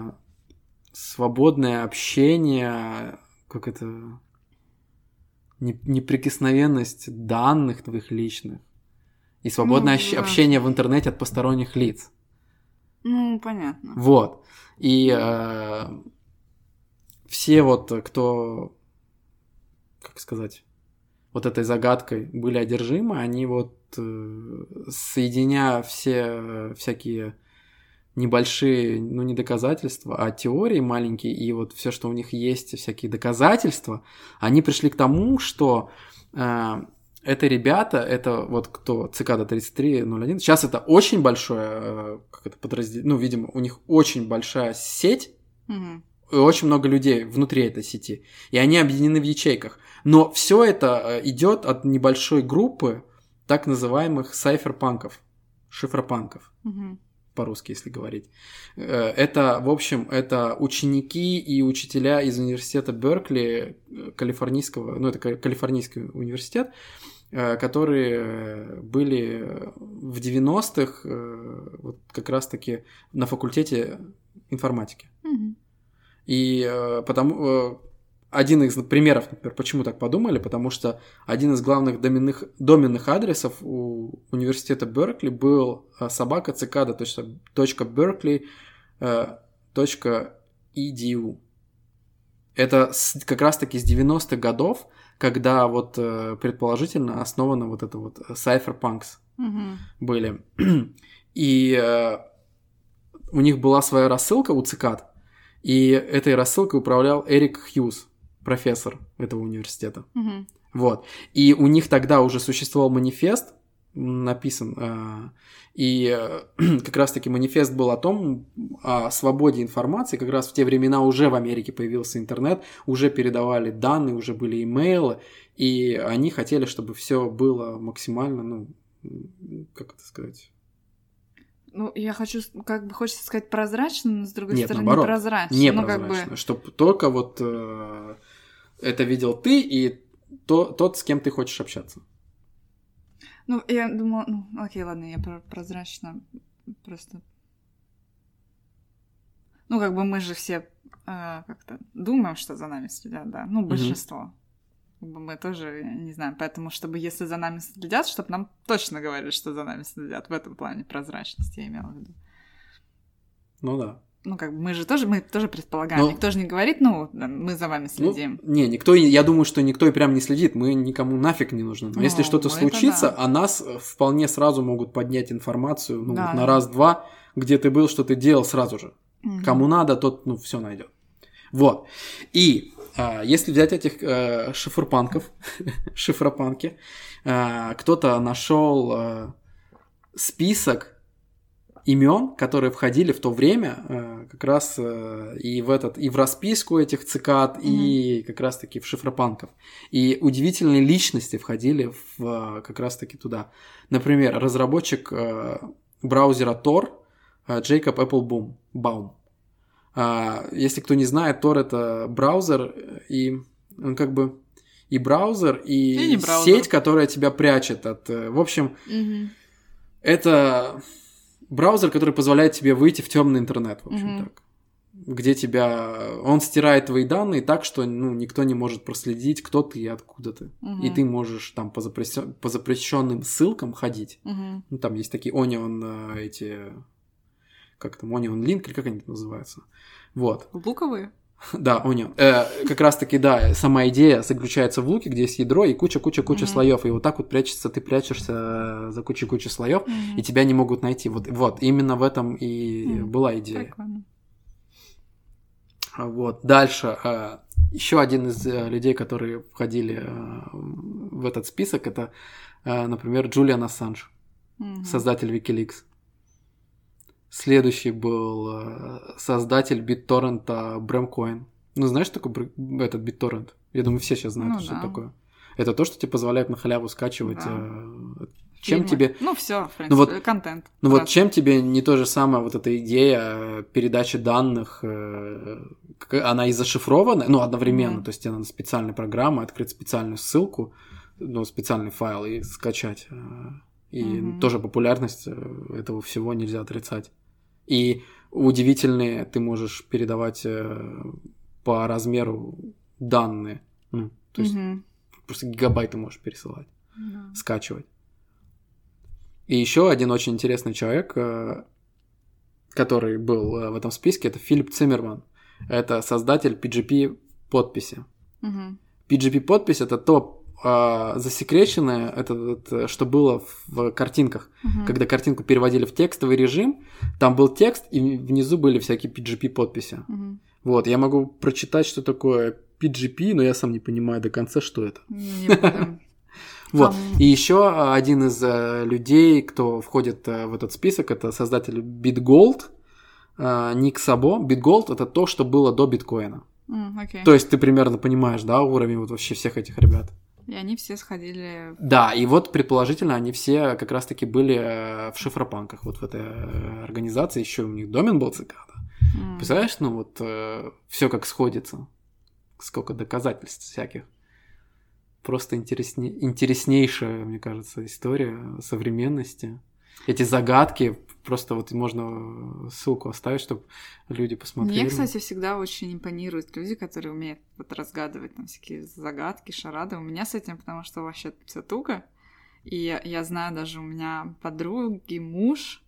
свободное общение, как это, неприкосновенность данных твоих личных и свободное ну, да. общение в интернете от посторонних лиц. Ну, понятно. Вот. И э, все вот, кто, как сказать, вот этой загадкой были одержимы, они вот, э, соединяя все всякие небольшие, ну, не доказательства, а теории маленькие, и вот все, что у них есть, всякие доказательства, они пришли к тому, что э, это ребята, это вот кто, Цикада тридцать три ноль один, сейчас это очень большое, э, как это подразделение, ну, видимо, у них очень большая сеть, mm-hmm. и очень много людей внутри этой сети, и они объединены в ячейках, но все это идет от небольшой группы так называемых сайферпанков, шифропанков. Mm-hmm. По-русски, если говорить. Это, в общем, это ученики и учителя из университета Беркли, калифорнийского, ну, это Калифорнийский университет, которые были в девяностых вот как раз-таки на факультете информатики. Mm-hmm. И потому... Один из примеров, например, почему так подумали, потому что один из главных доменных, доменных адресов у университета Беркли был собака цикада точка беркли точка и ди ю. Это как раз-таки с девяностых годов, когда вот предположительно основано вот это вот Cypherpunks mm-hmm. были. И у них была своя рассылка у цикад, и этой рассылкой управлял Эрик Хьюз, профессор этого университета. Mm-hmm. Вот. И у них тогда уже существовал манифест, написан, и как раз-таки манифест был о том, о свободе информации. Как раз в те времена уже в Америке появился интернет, уже передавали данные, уже были имейлы, и они хотели, чтобы все было максимально, ну, как это сказать... Ну, я хочу, как бы хочется сказать прозрачно, но с другой Нет, стороны наоборот, непрозрачно. Не ну, прозрачно, как бы... чтобы только вот э, это видел ты и то, тот, с кем ты хочешь общаться. Ну, я думала, ну, окей, ладно, я прозрачно просто... Ну, как бы мы же все э, как-то думаем, что за нами следят, да, ну, большинство. Mm-hmm. Мы тоже не знаем, поэтому, чтобы если за нами следят, чтобы нам точно говорили, что за нами следят. В этом плане прозрачности я имела в виду. Ну да. Ну как бы мы же тоже, мы тоже предполагаем. Но... Никто же не говорит, ну, мы за вами следим. Ну, не, никто, я думаю, что никто и прям не следит. Мы никому нафиг не нужны. Но ну, если что-то случится, да. О нас вполне сразу могут поднять информацию ну, да, на да. раз-два, где ты был, что ты делал сразу же. Угу. Кому надо, тот, ну, все найдет. Вот. И а, если взять этих а, шифропанков, шифропанки, а, кто-то нашел а, список имен, которые входили в то время а, как раз а, и в этот и в расписку этих цикад, mm-hmm. и как раз таки в шифропанков. И удивительные личности входили в, а, как раз таки туда. Например, разработчик а, браузера Tor а, Джейкоб Эпплбаум. Baum. Uh, если кто не знает, Tor — это браузер, и он как бы и браузер, и, и браузер. Сеть, которая тебя прячет от... В общем, mm-hmm. это браузер, который позволяет тебе выйти в темный интернет, в общем mm-hmm. так. Где тебя... Он стирает твои данные так, что ну, никто не может проследить, кто ты и откуда ты. Mm-hmm. И ты можешь там по, запрещен... по запрещенным ссылкам ходить. Mm-hmm. Ну, там есть такие Onion, эти... Как там, Onion Link, или как они называются. Вот. Луковые? Да, Onion. Э, как раз-таки, да, сама идея заключается в луке, где есть ядро и куча-куча-куча mm-hmm. слоев. И вот так вот прячешься, ты прячешься за кучей-кучей слоев, mm-hmm. и тебя не могут найти. Вот, вот именно в этом и mm-hmm. была идея. Прикольно. Вот. Дальше. Еще один из людей, которые входили в этот список, это, например, Джулиан Ассанж, mm-hmm. создатель Wikileaks. Следующий был создатель BitTorrent Брэм Коэн. Ну, знаешь, что такое этот BitTorrent? Я думаю, все сейчас знают, ну, что да. это такое. Это то, что тебе позволяет на халяву скачивать. Да. Э, чем тебе... Ну, все, в принципе, ну, вот, контент. Ну, вот чем тебе не то же самое, вот эта идея передачи данных, э, она и зашифрована, ну, одновременно, mm-hmm. то есть тебе надо специальной программой открыть специальную ссылку, ну, специальный файл и скачать. И mm-hmm. тоже популярность этого всего нельзя отрицать. И удивительные ты можешь передавать э, по размеру данные. Ну, то есть mm-hmm. просто гигабайты можешь пересылать, mm-hmm. скачивать. И еще один очень интересный человек, э, который был в этом списке, это Филипп Циммерман. Это создатель пи джи пи-подписи. Mm-hmm. пи джи пи-подпись – это то, Uh, засекреченное, это, это что было в картинках. Uh-huh. Когда картинку переводили в текстовый режим, там был текст, и внизу были всякие пи джи пи-подписи. Uh-huh. Вот, я могу прочитать, что такое пи джи пи, но я сам не понимаю до конца, что это. Не буду. Вот. И еще один из людей, кто входит в этот список, это создатель BitGold, Ник Сабо. BitGold – это то, что было до биткоина. Mm, okay. То есть ты примерно понимаешь, да, уровень вот вообще всех этих ребят. И они все сходили... Да, и вот, предположительно, они все как раз-таки были в шифропанках, вот в этой организации, еще у них домен был цикада. Mm. Представляешь, ну вот э, все как сходится, сколько доказательств всяких. Просто интересне... интереснейшая, мне кажется, история современности. Эти загадки, просто вот можно ссылку оставить, чтобы люди посмотрели. Мне, кстати, всегда очень импонируют люди, которые умеют вот разгадывать там всякие загадки, шарады. У меня с этим, потому что вообще все туго. И я, я знаю, даже у меня подруги, муж.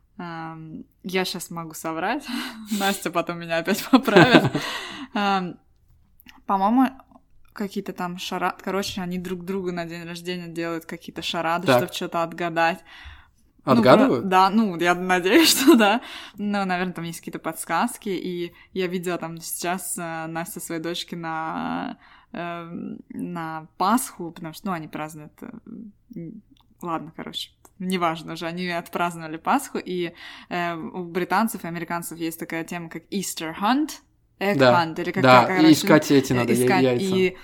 Эм, я сейчас могу соврать. Настя потом меня опять поправит. Эм, по-моему, какие-то там шарады. Короче, они друг другу на день рождения делают какие-то шарады, так. чтобы что-то отгадать. Отгадывают? Ну, да, ну, я надеюсь, что да. Ну, наверное, там есть какие-то подсказки. И я видела там сейчас э, Настя своей дочке на, э, на Пасху, потому что, ну, они празднуют... Э, ладно, короче, неважно же, они отпраздновали Пасху, и э, у британцев и американцев есть такая тема, как Easter Hunt, Egg да, Hunt, или как да, короче, и искать эти надо искать, яйца. И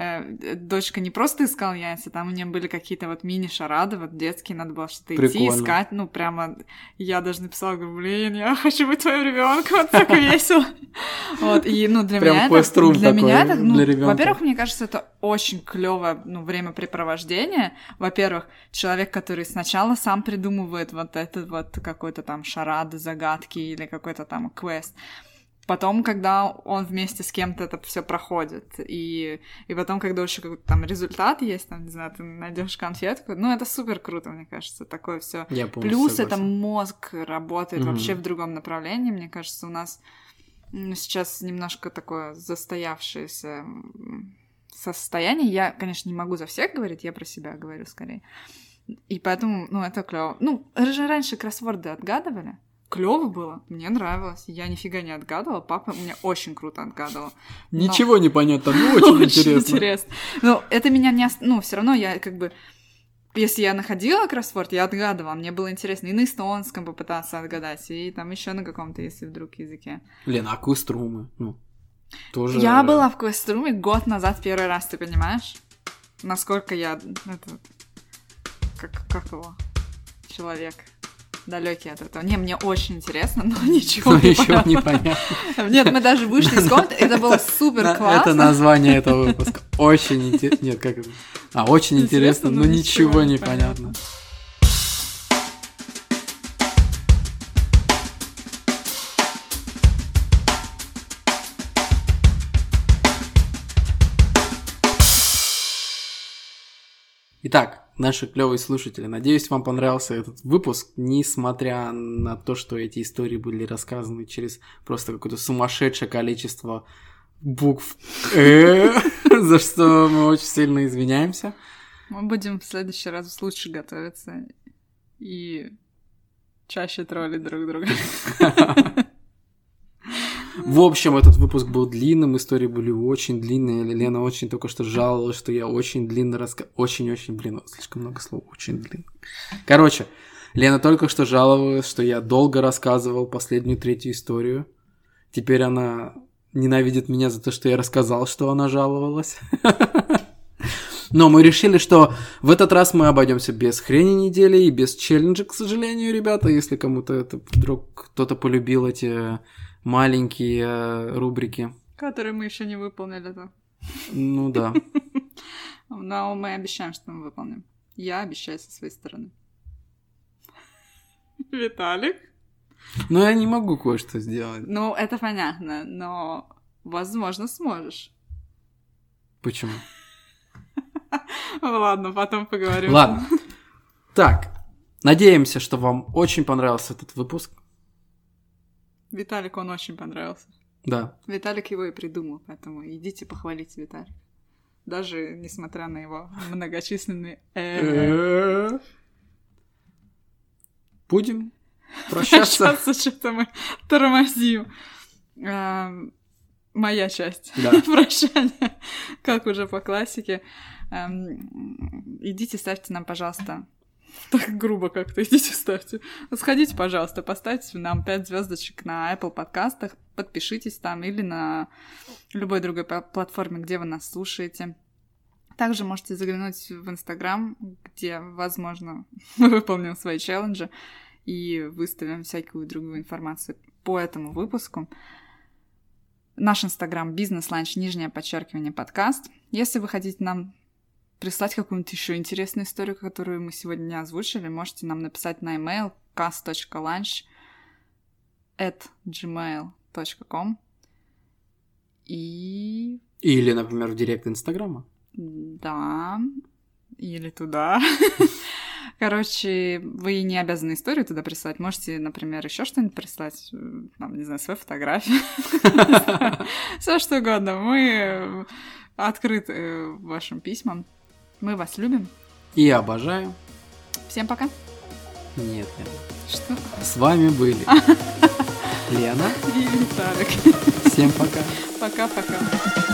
дочка не просто искала яйца, там у нее были какие-то вот мини-шарады, вот детские, надо было что-то Прикольно. идти, искать, ну, прямо, я даже написала, говорю, блин, я хочу быть твоим ребенком, вот так весело. Вот, и, ну, для меня это, для меня это, ну, во-первых, мне кажется, это очень клёвое, ну, времяпрепровождение. Во-первых, человек, который сначала сам придумывает вот этот вот какой-то там шарады, загадки или какой-то там квест. Потом, когда он вместе с кем-то это все проходит, и, и потом, когда еще какой-то там результат есть, там, не знаю, ты найдешь конфетку, ну, это супер круто, мне кажется, такое все. Плюс согласен. Это мозг работает mm-hmm. вообще в другом направлении, мне кажется, у нас сейчас немножко такое застоявшееся состояние. Я, конечно, не могу за всех говорить, я про себя говорю скорее. И поэтому, ну, это клево. Ну, раньше кроссворды отгадывали. Клёво было, мне нравилось. Я нифига не отгадывала, папа меня очень круто отгадывал. Но... Ничего не понятно, но очень интересно. Очень интересно. Но это меня не... Ост... Ну, все равно я как бы... Если я находила кроссворд, я отгадывала. Мне было интересно и на эстонском попытаться отгадать, и там еще на каком-то, если вдруг, языке. Лена, а квеструмы? Ну, тоже... Я была в квеструме год назад первый раз, ты понимаешь? Насколько я... Это... Как, как его? Человек... далекий от этого. Не, мне очень интересно, но ничего но не ничего понятно. не понятно. Нет, мы даже вышли из комнаты, это было супер классно. Это название этого выпуска. Очень интересно. Нет, как это? А, очень интересно, но ничего не понятно. Итак, наши клевые слушатели, надеюсь, вам понравился этот выпуск, несмотря на то, что эти истории были рассказаны через просто какое-то сумасшедшее количество букв, за что мы очень сильно извиняемся. Мы будем в следующий раз лучше готовиться и чаще троллить друг друга. В общем, этот выпуск был длинным, истории были очень длинные. Лена очень только что жаловалась, что я очень длинно рассказывал. Очень-очень, блин, слишком много слов, очень длинно. Короче, Лена только что жаловалась, что я долго рассказывал последнюю третью историю. Теперь она ненавидит меня за то, что я рассказал, что она жаловалась. Но мы решили, что в этот раз мы обойдемся без хрени недели и без челленджа, к сожалению, ребята. Если кому-то это вдруг кто-то полюбил эти маленькие рубрики. Которые мы еще не выполнили, да. Ну да. Но мы обещаем, что мы выполним. Я обещаю со своей стороны. Виталик? Ну, я не могу кое-что сделать. Ну, это понятно, но, возможно, сможешь. Почему? Ладно, потом поговорим. Ладно. Так, надеемся, что вам очень понравился этот выпуск. Виталику он очень понравился. Да. Виталик его и придумал, поэтому идите похвалите Виталика. Даже несмотря на его многочисленные... Будем прощаться. Прощаться, что-то мы тормозим. Моя часть прощания, как уже по классике. Идите, ставьте нам, пожалуйста, так грубо как-то, идите, ставьте. Сходите, пожалуйста, поставьте нам пять звездочек на Apple подкастах, подпишитесь там или на любой другой платформе, где вы нас слушаете. Также можете заглянуть в Инстаграм, где, возможно, мы выполним свои челленджи и выставим всякую другую информацию по этому выпуску. Наш Инстаграм бизнес-ланч, нижнее подчеркивание, подкаст. Если вы хотите нам прислать какую-нибудь еще интересную историю, которую мы сегодня не озвучили, можете нам написать на email cast точка lunch at gmail точка com и... Или, например, в директ Инстаграма. Да, или туда. Короче, вы не обязаны историю туда прислать. Можете, например, еще что-нибудь прислать. Там, не знаю, свою фотографию. Все что угодно. Мы открыты вашим письмам. Мы вас любим. И обожаем. Всем пока. Нет, Лена. Что? С вами были Лена и Виталик. Всем пока. Пока-пока.